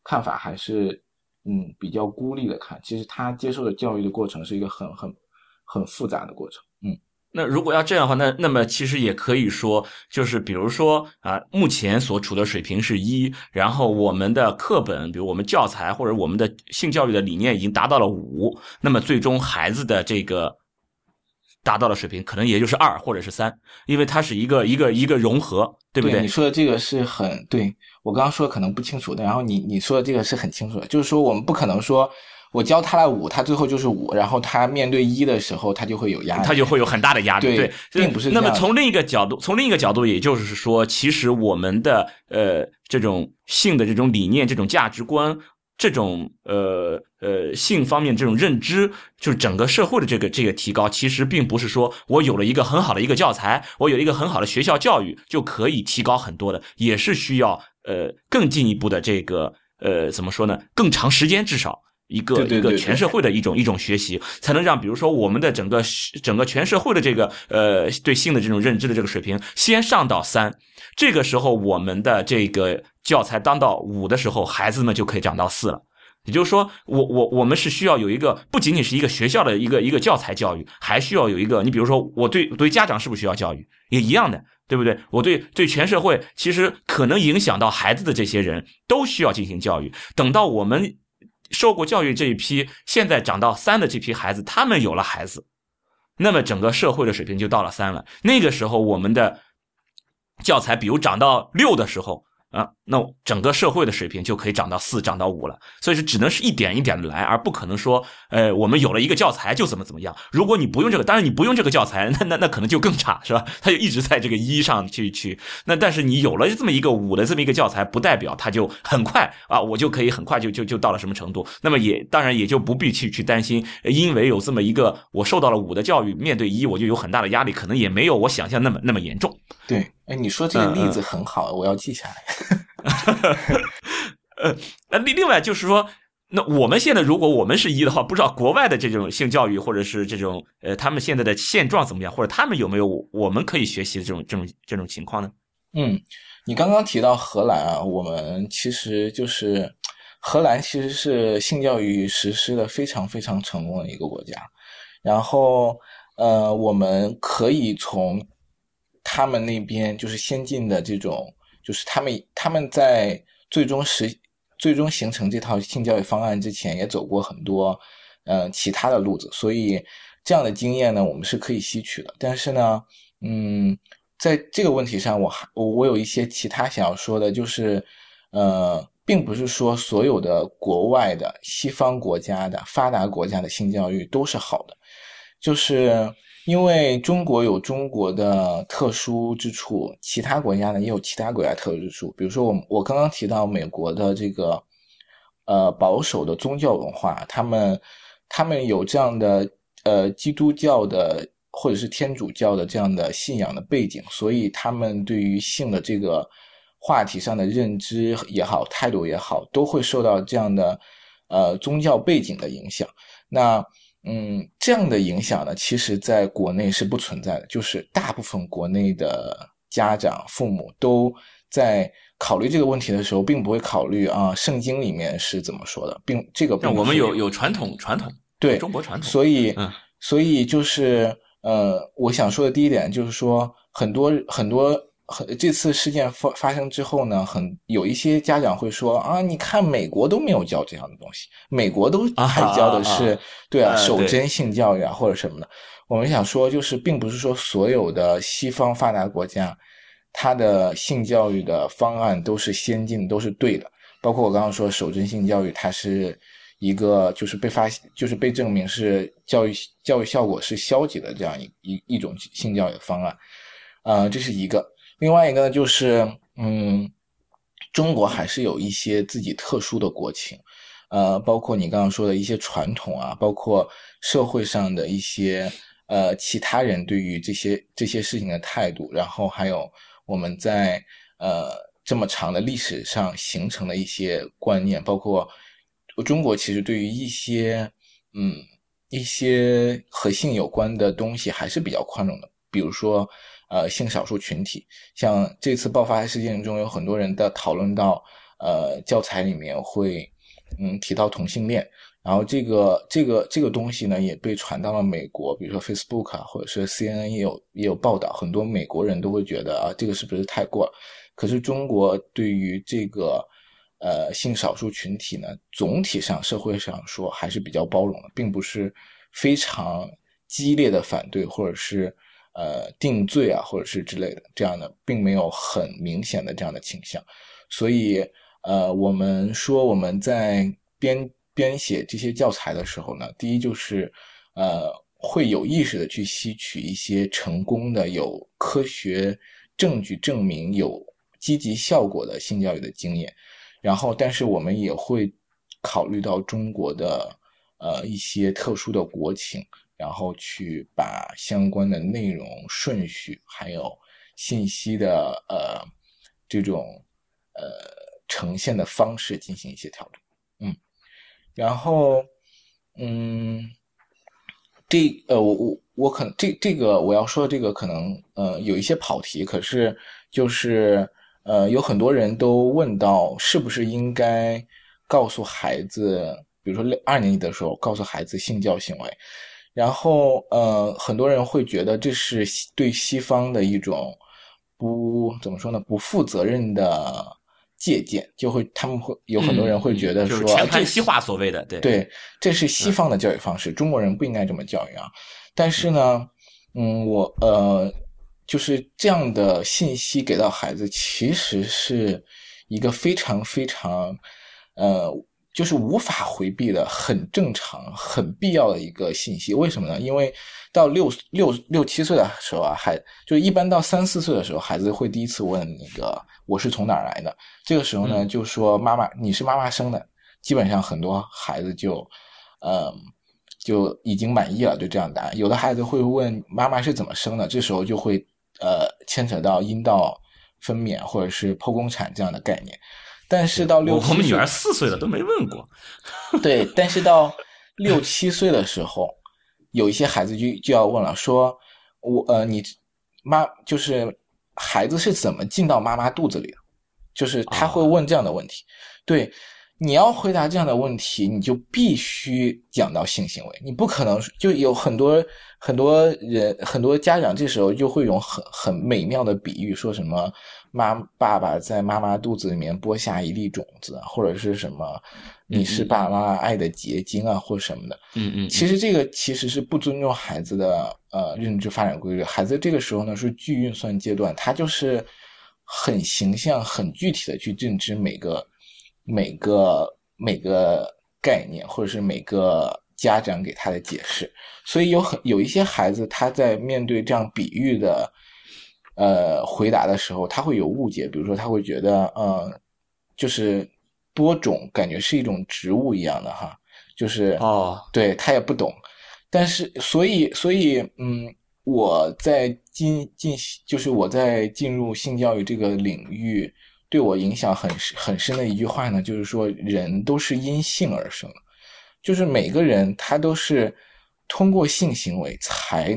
看法还是比较孤立的看。其实他接受的教育的过程是一个很复杂的过程。 那如果要这样的话，那么其实也可以说，就是比如说目前所处的水平是1，然后我们的课本，比如我们教材或者我们的性教育的理念已经达到了5，那么最终孩子的这个达到了水平，可能也就是2或者是3，因为它是一个融合，对不对？ 对，你说的这个是很对，我刚刚说的可能不清楚的，然后你说的这个是很清楚的，就是说我们不可能说我教他了5，他最后就是5，然后他面对1的时候，他就会有压力， 他就会有很大的压力。对， 并不是这样。 那么从另一个角度，也就是说，其实我们的这种性的这种理念、这种价值观、这种性方面这种认知，就是整个社会的这个提高，其实并不是说我有了一个很好的一个教材，我有了一个很好的学校教育就可以提高很多的，也是需要更进一步的这个怎么说呢？更长时间，至少。一个全社会的一种学习，才能让比如说我们的整个全社会的这个对性的这种认知的这个水平先上到3，这个时候我们的这个教材当到5的时候，孩子们就可以长到4了。也就是说，我们是需要有一个不仅仅是一个学校的一个教材教育，还需要有一个，你比如说我对家长是不是需要教育，也一样的，对不对？我对全社会其实可能影响到孩子的这些人都需要进行教育。等到我们受过教育这一批现在长到3的这批孩子，他们有了孩子，那么整个社会的水平就到了3了。那个时候我们的教材比如长到6的时候那整个社会的水平就可以涨到4，涨到5了。所以是只能是一点一点的来，而不可能说我们有了一个教材就怎么样。如果你不用这个，当然你不用这个教材，那可能就更差，是吧？它就一直在这个1上去。那但是你有了这么一个5的这么一个教材，不代表它就很快我就可以很快就到了什么程度。那么当然也就不必去担心，因为有这么一个我受到了5的教育，面对1我就有很大的压力，可能也没有我想象那么严重。 对，你说这个例子很好，我要记下来。 另外就是说，那我们现在如果我们是1的话，不知道国外的这种性教育或者是这种他们现在的现状怎么样，或者他们有没有我们可以学习的这种情况呢？ 你刚刚提到荷兰我们其实就是荷兰其实是性教育实施的非常非常成功的一个国家，然后我们可以从他们那边就是先进的这种，就是他们在最终形成这套性教育方案之前也走过很多其他的路子，所以这样的经验呢我们是可以吸取的。但是呢在这个问题上我有一些其他想要说的，就是并不是说所有的国外的西方国家的发达国家的性教育都是好的，就是因为中国有中国的特殊之处，其他国家呢也有其他国家特殊之处。比如说我刚刚提到美国的这个保守的宗教文化，他们有这样的基督教的或者是天主教的这样的信仰的背景，所以他们对于性的这个话题上的认知也好，态度也好，都会受到这样的宗教背景的影响。那这样的影响呢，其实在国内是不存在的，就是大部分国内的家长父母都在考虑这个问题的时候，并不会考虑圣经里面是怎么说的，这个我们有传统， 对， 中国传统， 所以就是我想说的第一点就是说，很多这次事件发生之后呢，有一些家长会说你看美国都没有教这样的东西，美国都还教的是守贞性教育或者什么的。我们想说，就是并不是说所有的西方发达国家它的性教育的方案都是先进都是对的，包括我刚刚说守贞性教育，它是一个就是被证明是教育效果是消极的这样一种性教育的方案，这是一个。另外一个呢，就是中国还是有一些自己特殊的国情，包括你刚刚说的一些传统包括社会上的一些其他人对于这些事情的态度，然后还有我们在这么长的历史上形成的一些观念，包括中国其实对于一些和性有关的东西还是比较宽容的，比如说性少数群体，像这次爆发事件中有很多人的讨论到教材里面会提到同性恋，然后这个东西呢也被传到了美国，比如说 Facebook 啊，或者是 CNN 也有报道，很多美国人都会觉得啊，这个是不是太过了？可是中国对于这个性少数群体呢，总体上社会上说还是比较包容的，并不是非常激烈的反对，或者是定罪啊，或者是之类的这样的，并没有很明显的这样的倾向。所以我们说我们在编写这些教材的时候呢，第一就是会有意识的去吸取一些成功的有科学证据证明有积极效果的性教育的经验，然后但是我们也会考虑到中国的一些特殊的国情，然后去把相关的内容顺序还有信息的这种呈现的方式进行一些调整。然后我可能这个我要说的这个可能有一些跑题，可是就是有很多人都问到是不是应该告诉孩子，比如说2年级的时候告诉孩子性交行为，然后很多人会觉得这是对西方的一种怎么说呢，不负责任的借鉴，他们会有很多人会觉得说， 就是全盘西化所谓的， 对，这是西方的教育方式，中国人不应该这么教育啊。但是呢，就是这样的信息给到孩子，其实是一个非常非常就是无法回避的、很正常、很必要的一个信息。为什么呢？因为到6、7岁的时候啊，就一般到3、4岁的时候，孩子会第一次问那个我是从哪儿来的。这个时候呢，就说妈妈，你是妈妈生的。基本上很多孩子就已经满意了，对这样答案。有的孩子会问妈妈是怎么生的，这时候就会牵扯到阴道分娩或者是剖宫产这样的概念。但是到6、7岁， 我们女儿4岁了都没问过。 对，但是到6、7岁的时候，有一些孩子就要问了，说你就是孩子是怎么进到妈妈肚子里的？就是他会问这样的问题。对，你要回答这样的问题，你就必须讲到性行为，你不可能就有很多家长这时候就会用很美妙的比喻，说什么爸爸在妈妈肚子里面播下一粒种子，或者是什么你是爸爸妈妈爱的结晶啊，或什么的。其实这个其实是不尊重孩子的认知发展规律。孩子这个时候呢是巨运算阶段，他就是很形象很具体的去认知每个概念，或者是每个家长给他的解释。所以有一些孩子他在面对这样比喻的回答的时候，他会有误解，比如说他会觉得就是播种感觉是一种植物一样的哈，就是对，他也不懂。但是所以我在就是我在进入性教育这个领域，对我影响很深的一句话呢，就是说人都是因性而生的，就是每个人他都是通过性行为才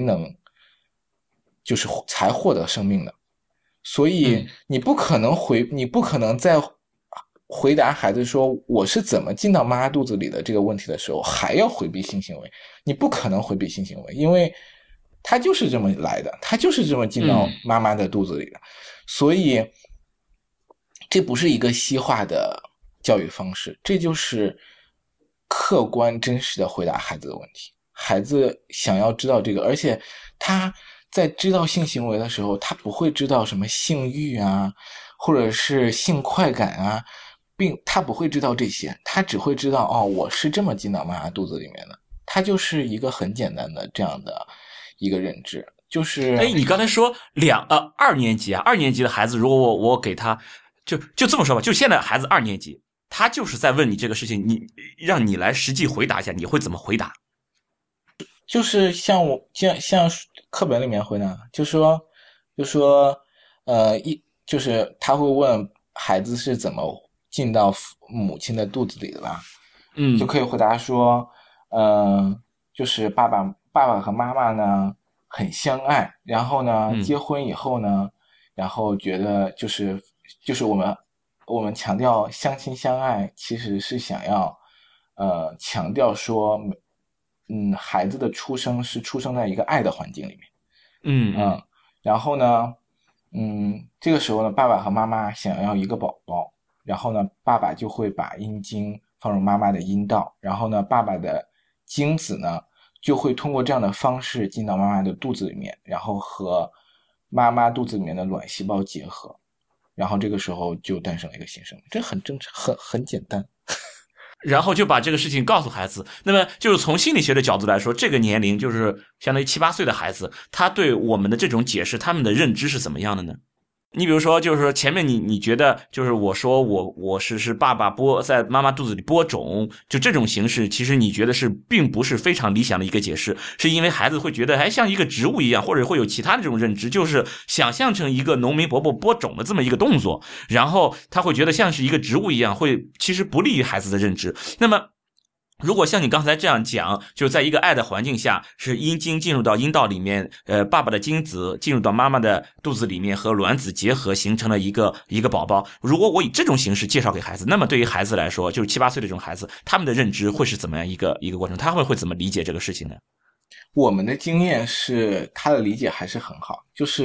获得生命的。所以你不可能在回答孩子说我是怎么进到妈妈肚子里的这个问题的时候还要回避性行为，你不可能回避性行为，因为他就是这么来的，他就是这么进到妈妈的肚子里的。所以这不是一个西化的教育方式，这就是客观真实的回答孩子的问题。孩子想要知道这个，而且他在知道性行为的时候，他不会知道什么性欲啊，或者是性快感啊，他不会知道这些，他只会知道我是这么进到妈妈肚子里面的。他就是一个很简单的这样的一个认知。就是你刚才说2年级啊，2年级的孩子，如果我给他就这么说吧，就现在孩子2年级，他就是在问你这个事情，让你来实际回答一下，你会怎么回答？ 就是像课本里面回答，就说就是他会问孩子是怎么进到母亲的肚子里的吧，就可以回答说就是爸爸和妈妈呢很相爱，然后呢结婚以后呢，然后觉得就是我们我们强调相亲相爱，其实是想要强调说，孩子的出生是出生在一个爱的环境里面。然后呢，这个时候呢，爸爸和妈妈想要一个宝宝，然后呢，爸爸就会把阴茎放入妈妈的阴道，然后呢，爸爸的精子呢就会通过这样的方式进到妈妈的肚子里面，然后和妈妈肚子里面的卵细胞结合，然后这个时候就诞生了一个新生命，这很正常，很简单。 然后就把这个事情告诉孩子。那么就是从心理学的角度来说，这个年龄就是相当于7、8岁的孩子，他对我们的这种解释，他们的认知是怎么样的呢？你比如说，就是说前面你觉得就是我说我是爸爸在妈妈肚子里播种，就这种形式，其实你觉得并不是非常理想的一个解释，是因为孩子会觉得像一个植物一样，或者会有其他的这种认知，就是想象成一个农民伯伯播种的这么一个动作，然后他会觉得像是一个植物一样，其实不利于孩子的认知。那么如果像你刚才这样讲，就在一个爱的环境下，是阴茎进入到阴道里面，爸爸的精子进入到妈妈的肚子里面和卵子结合，形成了一个宝宝。如果我以这种形式介绍给孩子，那么对于孩子来说，就是7、8岁的这种孩子，他们的认知会是怎么样一个过程？他们会怎么理解这个事情呢？ 我们的经验是，他的理解还是很好，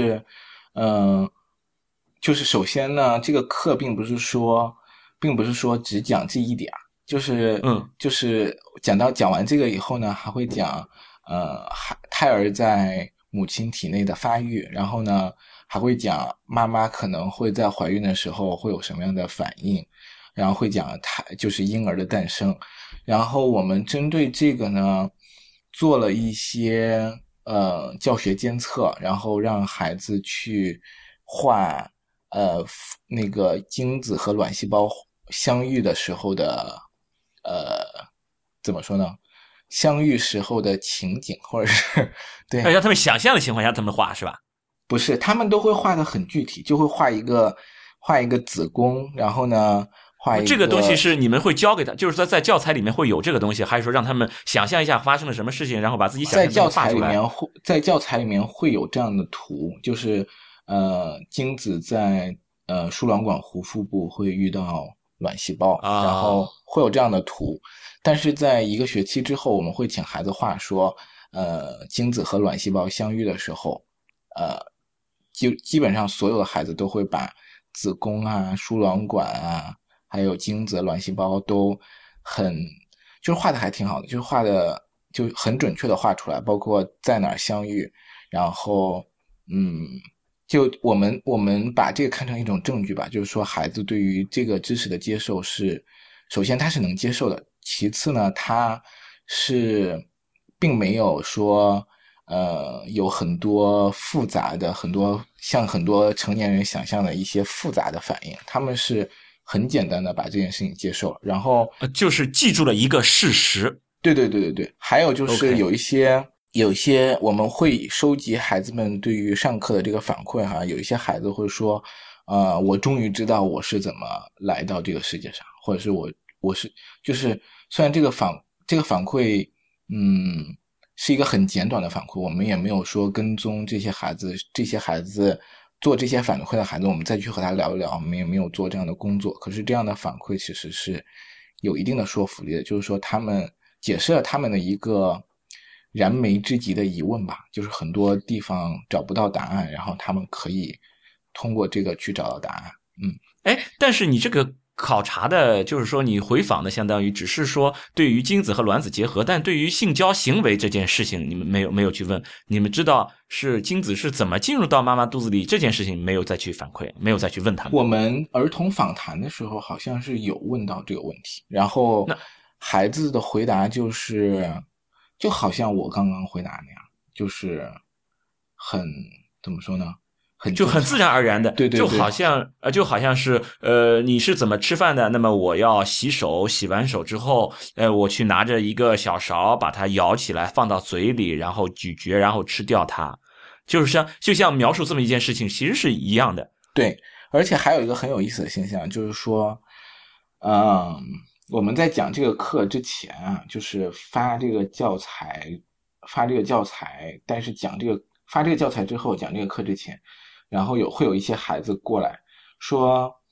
就是首先呢，这个课并不是说只讲这一点。就是讲完这个以后呢，还会讲胎儿在母亲体内的发育，然后呢还会讲妈妈可能会在怀孕的时候会有什么样的反应，然后会讲就是婴儿的诞生，然后我们针对这个呢做了一些教学监测，然后让孩子去画那个精子和卵细胞相遇的时候的怎么说呢？相遇时候的情景，或者是对， 让他们想象的情况下他们画是吧？ 不是，他们都会画的很具体，就会画一个子宫，然后呢画一个这个东西是你们会教给他，就是说在教材里面会有这个东西，还是说让他们想象一下发生了什么事情，然后把自己想象的画出来？ 在教材里面会有这样的图，就是精子在输卵管壶腹部会遇到卵细胞，然后会有这样的图。但是在1个学期之后，我们会请孩子画说，精子和卵细胞相遇的时候，就基本上所有的孩子都会把子宫啊、输卵管啊，还有精子、卵细胞都就是画的还挺好的，就是画的就很准确的画出来，包括在哪儿相遇，然后就我们把这个看成一种证据吧，就是说孩子对于这个知识的接受是，首先他是能接受的，其次呢，他是并没有说有很多复杂的像很多成年人想象的一些复杂的反应，他们是很简单的把这件事情接受了，然后就是记住了一个事实。 对，还有就是有一些我们会收集孩子们对于上课的这个反馈哈，有一些孩子会说，我终于知道我是怎么来到这个世界上，或者是我是就是虽然这个反馈是一个很简短的反馈，我们也没有说跟踪这些孩子做这些反馈的孩子，我们再去和他聊一聊，我们也没有做这样的工作。可是这样的反馈其实是有一定的说服力的，就是说他们解释了他们的一个燃眉之急的疑问吧，就是很多地方找不到答案，然后他们可以通过这个去找到答案。 但是你这个考察的，就是说你回访的，相当于只是说对于精子和卵子结合，但对于性交行为这件事情，你们没有去问，你们知道是精子是怎么进入到妈妈肚子里这件事情，没有再去反馈，没有再去问他们。 我们儿童访谈的时候好像是有问到这个问题，然后孩子的回答就好像我刚刚回答那样，就是怎么说呢？ 就很自然而然的， 对， 就好像是你是怎么吃饭的？那么我要洗手，洗完手之后，我去拿着一个小勺把它舀起来放到嘴里，然后咀嚼，然后吃掉它，就像描述这么一件事情，其实是一样的。 对，而且还有一个很有意思的现象，就是说，我们在讲这个课之前啊，就是发这个教材，但是发这个教材之后讲这个课之前。然后会有一些孩子过来说，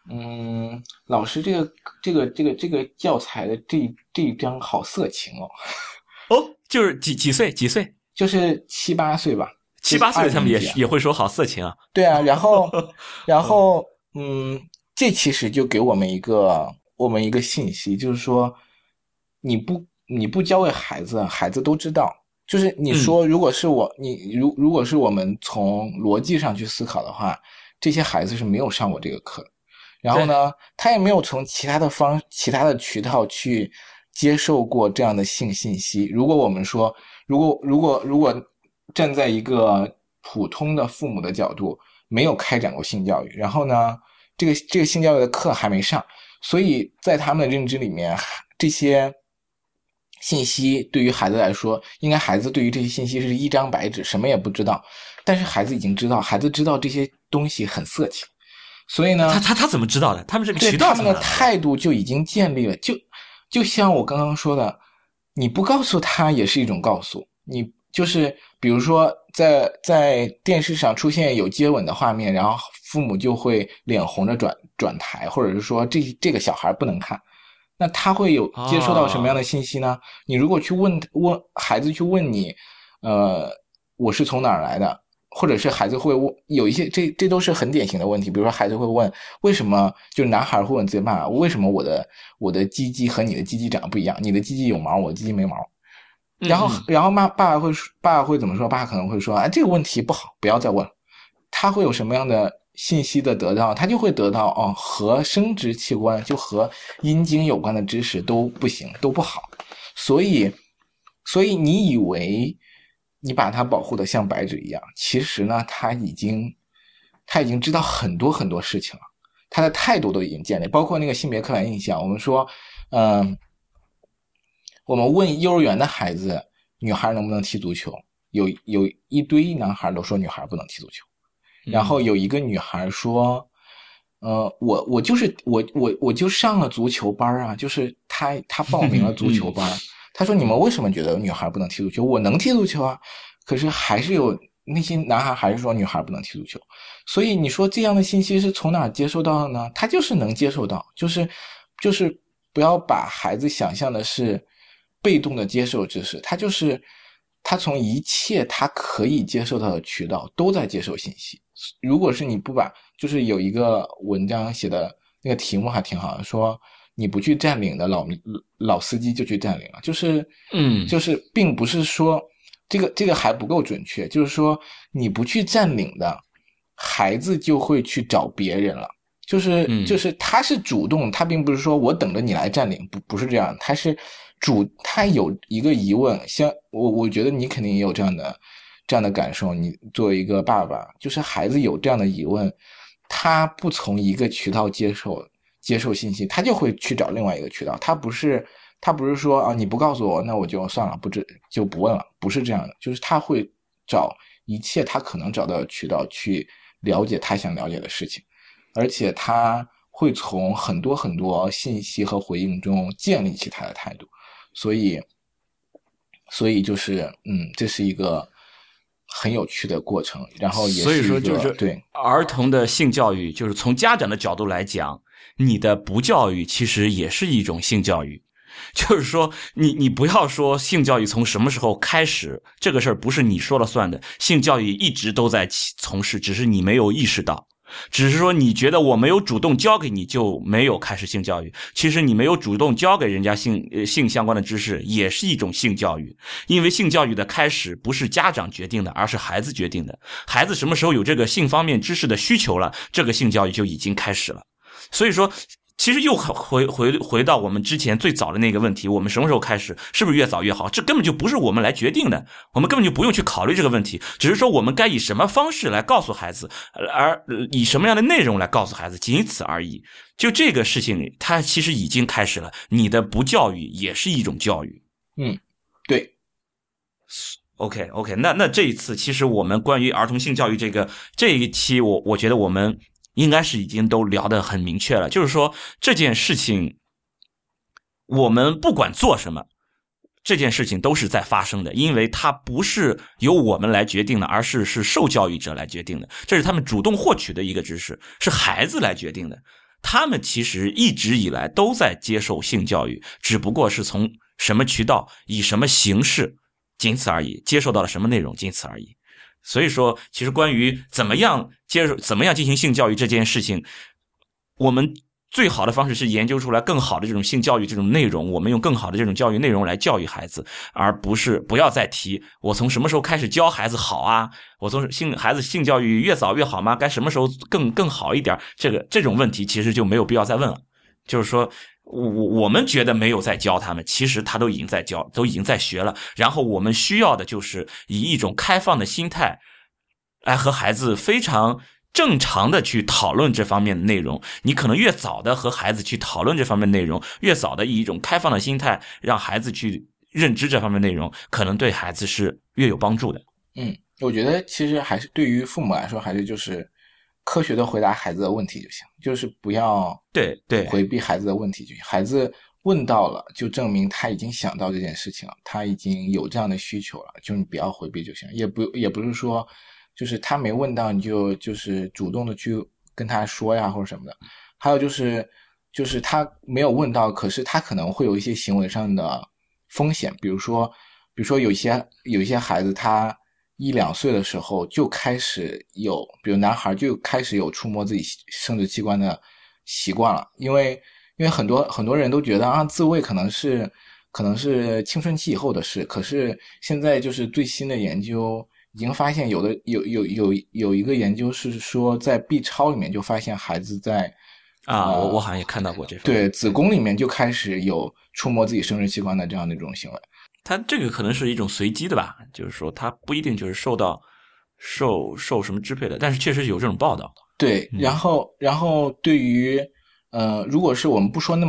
老师，这个教材的这一章好色情哦。 哦，就是几岁？ 就是7、8岁吧。 7、8岁他们也会说好色情啊？ 对啊，然后这其实就给我们一个信息，就是说你不教给孩子，孩子都知道。就是你说，如果是如果是我们从逻辑上去思考的话，这些孩子是没有上过这个课，然后呢，他也没有从其他的渠道去接受过这样的性信息。如果我们说，如果站在一个普通的父母的角度，没有开展过性教育，然后呢，这个性教育的课还没上，所以在他们的认知里面，这些信息对于孩子来说，应该孩子对于这些信息是一张白纸，什么也不知道。但是孩子已经知道，孩子知道这些东西很色情，所以呢， 他怎么知道的？他们这个渠道他们的态度就已经建立了，就像我刚刚说的，你不告诉他也是一种告诉。你就是比如说在电视上出现有接吻的画面，然后父母就会脸红着转台，或者是说这个小孩不能看。那他会有接收到什么样的信息呢？你如果去问孩子去问你，我是从哪儿来的，或者是孩子会问有一些这都是很典型的问题。比如说孩子会问为什么，就是男孩会问自己爸爸，为什么我的鸡鸡和你的鸡鸡长得不一样？你的鸡鸡有毛，我的鸡鸡没毛。然后爸爸会怎么说？爸爸可能会说，这个问题不好，不要再问了。他会有什么样的信息的得到？他就会得到和生殖器官就和阴茎有关的知识都不行，都不好。所以你以为你把他保护的像白纸一样，其实呢，他已经知道很多很多事情了，他的态度都已经建立，包括那个性别刻板印象。我们说，我们问幼儿园的孩子，女孩能不能踢足球？有一堆男孩都说女孩不能踢足球。然后有一个女孩说，我就上了足球班啊，就是她报名了足球班。她说你们为什么觉得女孩不能踢足球？我能踢足球啊，可是还是有那些男孩还是说女孩不能踢足球。所以你说这样的信息是从哪接收到的呢？他就是能接受到，就是不要把孩子想象的是被动的接受知识，他从一切他可以接受到的渠道都在接受信息。如果是你不把，就是有一个文章写的那个题目还挺好的，说你不去占领的老司机就去占领了，就是并不是说这个还不够准确，就是说你不去占领的孩子就会去找别人了，就是他是主动，他并不是说我等着你来占领，不是这样，他有一个疑问，像我觉得你肯定也有这样的感受，你作为一个爸爸，就是孩子有这样的疑问，他不从一个渠道接受信息，他就会去找另外一个渠道，他不是说你不告诉我，那我就算了，就不问了，不是这样的，就是他会找一切他可能找到的渠道去了解他想了解的事情，而且他会从很多很多信息和回应中建立起他的态度，所以就是这是一个很有趣的过程，然后也是所以说就是对儿童的性教育，就是从家长的角度来讲，你的不教育其实也是一种性教育。就是说你不要说性教育从什么时候开始，这个事儿不是你说了算的，性教育一直都在从事，只是你没有意识到，只是说你觉得我没有主动教给你就没有开始性教育，其实你没有主动教给人家性相关的知识也是一种性教育，因为性教育的开始不是家长决定的，而是孩子决定的，孩子什么时候有这个性方面知识的需求了，这个性教育就已经开始了。所以说其实又回到我们之前最早的那个问题，我们什么时候开始，是不是越早越好，这根本就不是我们来决定的，我们根本就不用去考虑这个问题，只是说我们该以什么方式来告诉孩子，而以什么样的内容来告诉孩子，仅此而已。就这个事情它其实已经开始了，你的不教育也是一种教育。 对。 OK， 那这一次其实我们关于儿童性教育这一期我觉得我们应该是已经都聊得很明确了，就是说这件事情我们不管做什么，这件事情都是在发生的，因为它不是由我们来决定的，而是受教育者来决定的，这是他们主动获取的一个知识，是孩子来决定的。 他们其实一直以来都在接受性教育，只不过是从什么渠道以什么形式，仅此而已，接受到了什么内容仅此而已。所以说其实关于怎么样进行性教育这件事情，我们最好的方式是研究出来更好的这种性教育这种内容，我们用更好的这种教育内容来教育孩子，而不要再提我从什么时候开始教孩子好啊，我从孩子性教育越早越好吗？该什么时候更好一点？这种问题其实就没有必要再问了。就是说我们觉得没有在教他们，其实他都已经在教，都已经在学了。然后我们需要的就是以一种开放的心态来和孩子非常正常的去讨论这方面的内容。你可能越早的和孩子去讨论这方面内容，越早的以一种开放的心态让孩子去认知这方面内容，可能对孩子是越有帮助的。 我觉得其实还是对于父母来说，还是就是科学的回答孩子的问题就行，就是不要回避孩子的问题就行。孩子问到了，就证明他已经想到这件事情了，他已经有这样的需求了，就你不要回避就行。也不是说就是他没问到你就是主动的去跟他说呀或者什么的。还有就是他没有问到，可是他可能会有一些行为上的风险，比如说有一些孩子他1-2岁的时候就开始有，比如男孩就开始有触摸自己生殖器官的习惯了。因为很多人都觉得啊，自慰可能是青春期以后的事，可是现在就是最新的研究已经发现，有一个研究是说，在 B 超里面就发现孩子在我好像也看到过这方面， 对，子宫里面就开始有触摸自己生殖器官的这样的一种行为。 它这个可能是一种随机的吧，就是说它不一定就是受什么支配的，但是确实有这种报道。 对，然后对于如果是我们不说那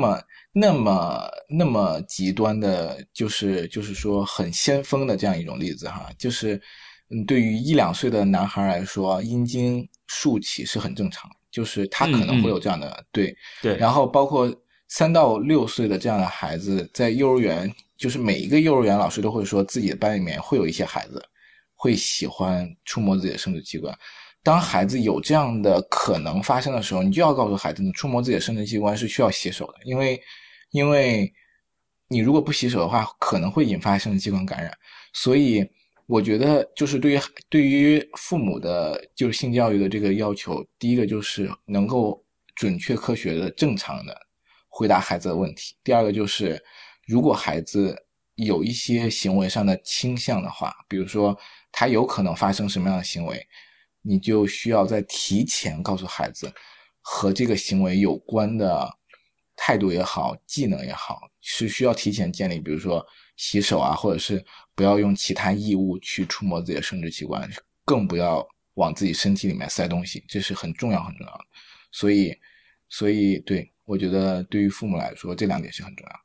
么极端的，就是说很先锋的这样一种例子哈，就是对于1-2岁的男孩来说，阴茎竖起是很正常的，就是他可能会有这样的对。然后包括3到6岁的这样的孩子，在幼儿园，就是每一个幼儿园老师都会说自己的班里面会有一些孩子会喜欢触摸自己的生殖器官。当孩子有这样的可能发生的时候，你就要告诉孩子，你触摸自己的生殖器官是需要洗手的，因为你如果不洗手的话，可能会引发生殖器官感染。所以我觉得就是对于父母的就是性教育的这个要求，第一个就是能够准确科学的正常的回答孩子的问题，第二个就是如果孩子有一些行为上的倾向的话，比如说他有可能发生什么样的行为，你就需要在提前告诉孩子和这个行为有关的态度也好，技能也好，是需要提前建立，比如说洗手啊，或者是不要用其他异物去触摸自己的生殖器官，更不要往自己身体里面塞东西，这是很重要的。所以对，我觉得对于父母来说这2点是很重要。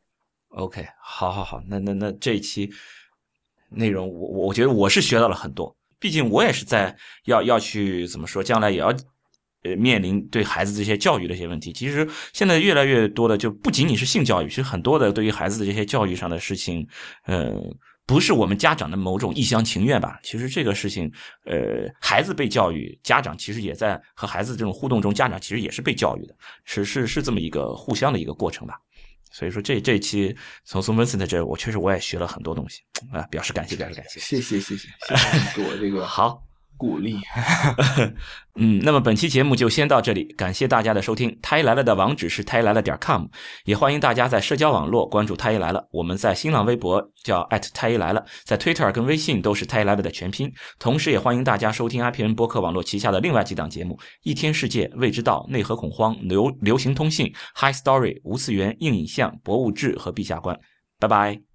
OK， 好，那这一期内容我觉得我是学到了很多，毕竟我也是在要去怎么说，将来也要面临对孩子这些教育的一些问题。其实现在越来越多的就不仅仅是性教育，其实很多的对于孩子的这些教育上的事情，不是我们家长的某种一厢情愿吧。其实这个事情孩子被教育，家长其实也在和孩子这种互动中，家长其实也是被教育的，是这么一个互相的一个过程吧。所以说这一期从Vincent这我确实我也学了很多东西啊，表示感谢。 谢谢很多这个好鼓励。 那么本期节目就先到这里，感谢大家的收听。太医来了的网址是太医来了.com， 也欢迎大家在社交网络关注太医来了，我们在新浪微博叫太医来了，在 Twitter 跟微信都是太医来了的全拼。同时也欢迎大家收听 IPN 播客网络旗下的另外几档节目：一天世界、未知道、内核恐慌、流行通信、High Story、无次元、硬影像、博物志和陛下观。拜拜。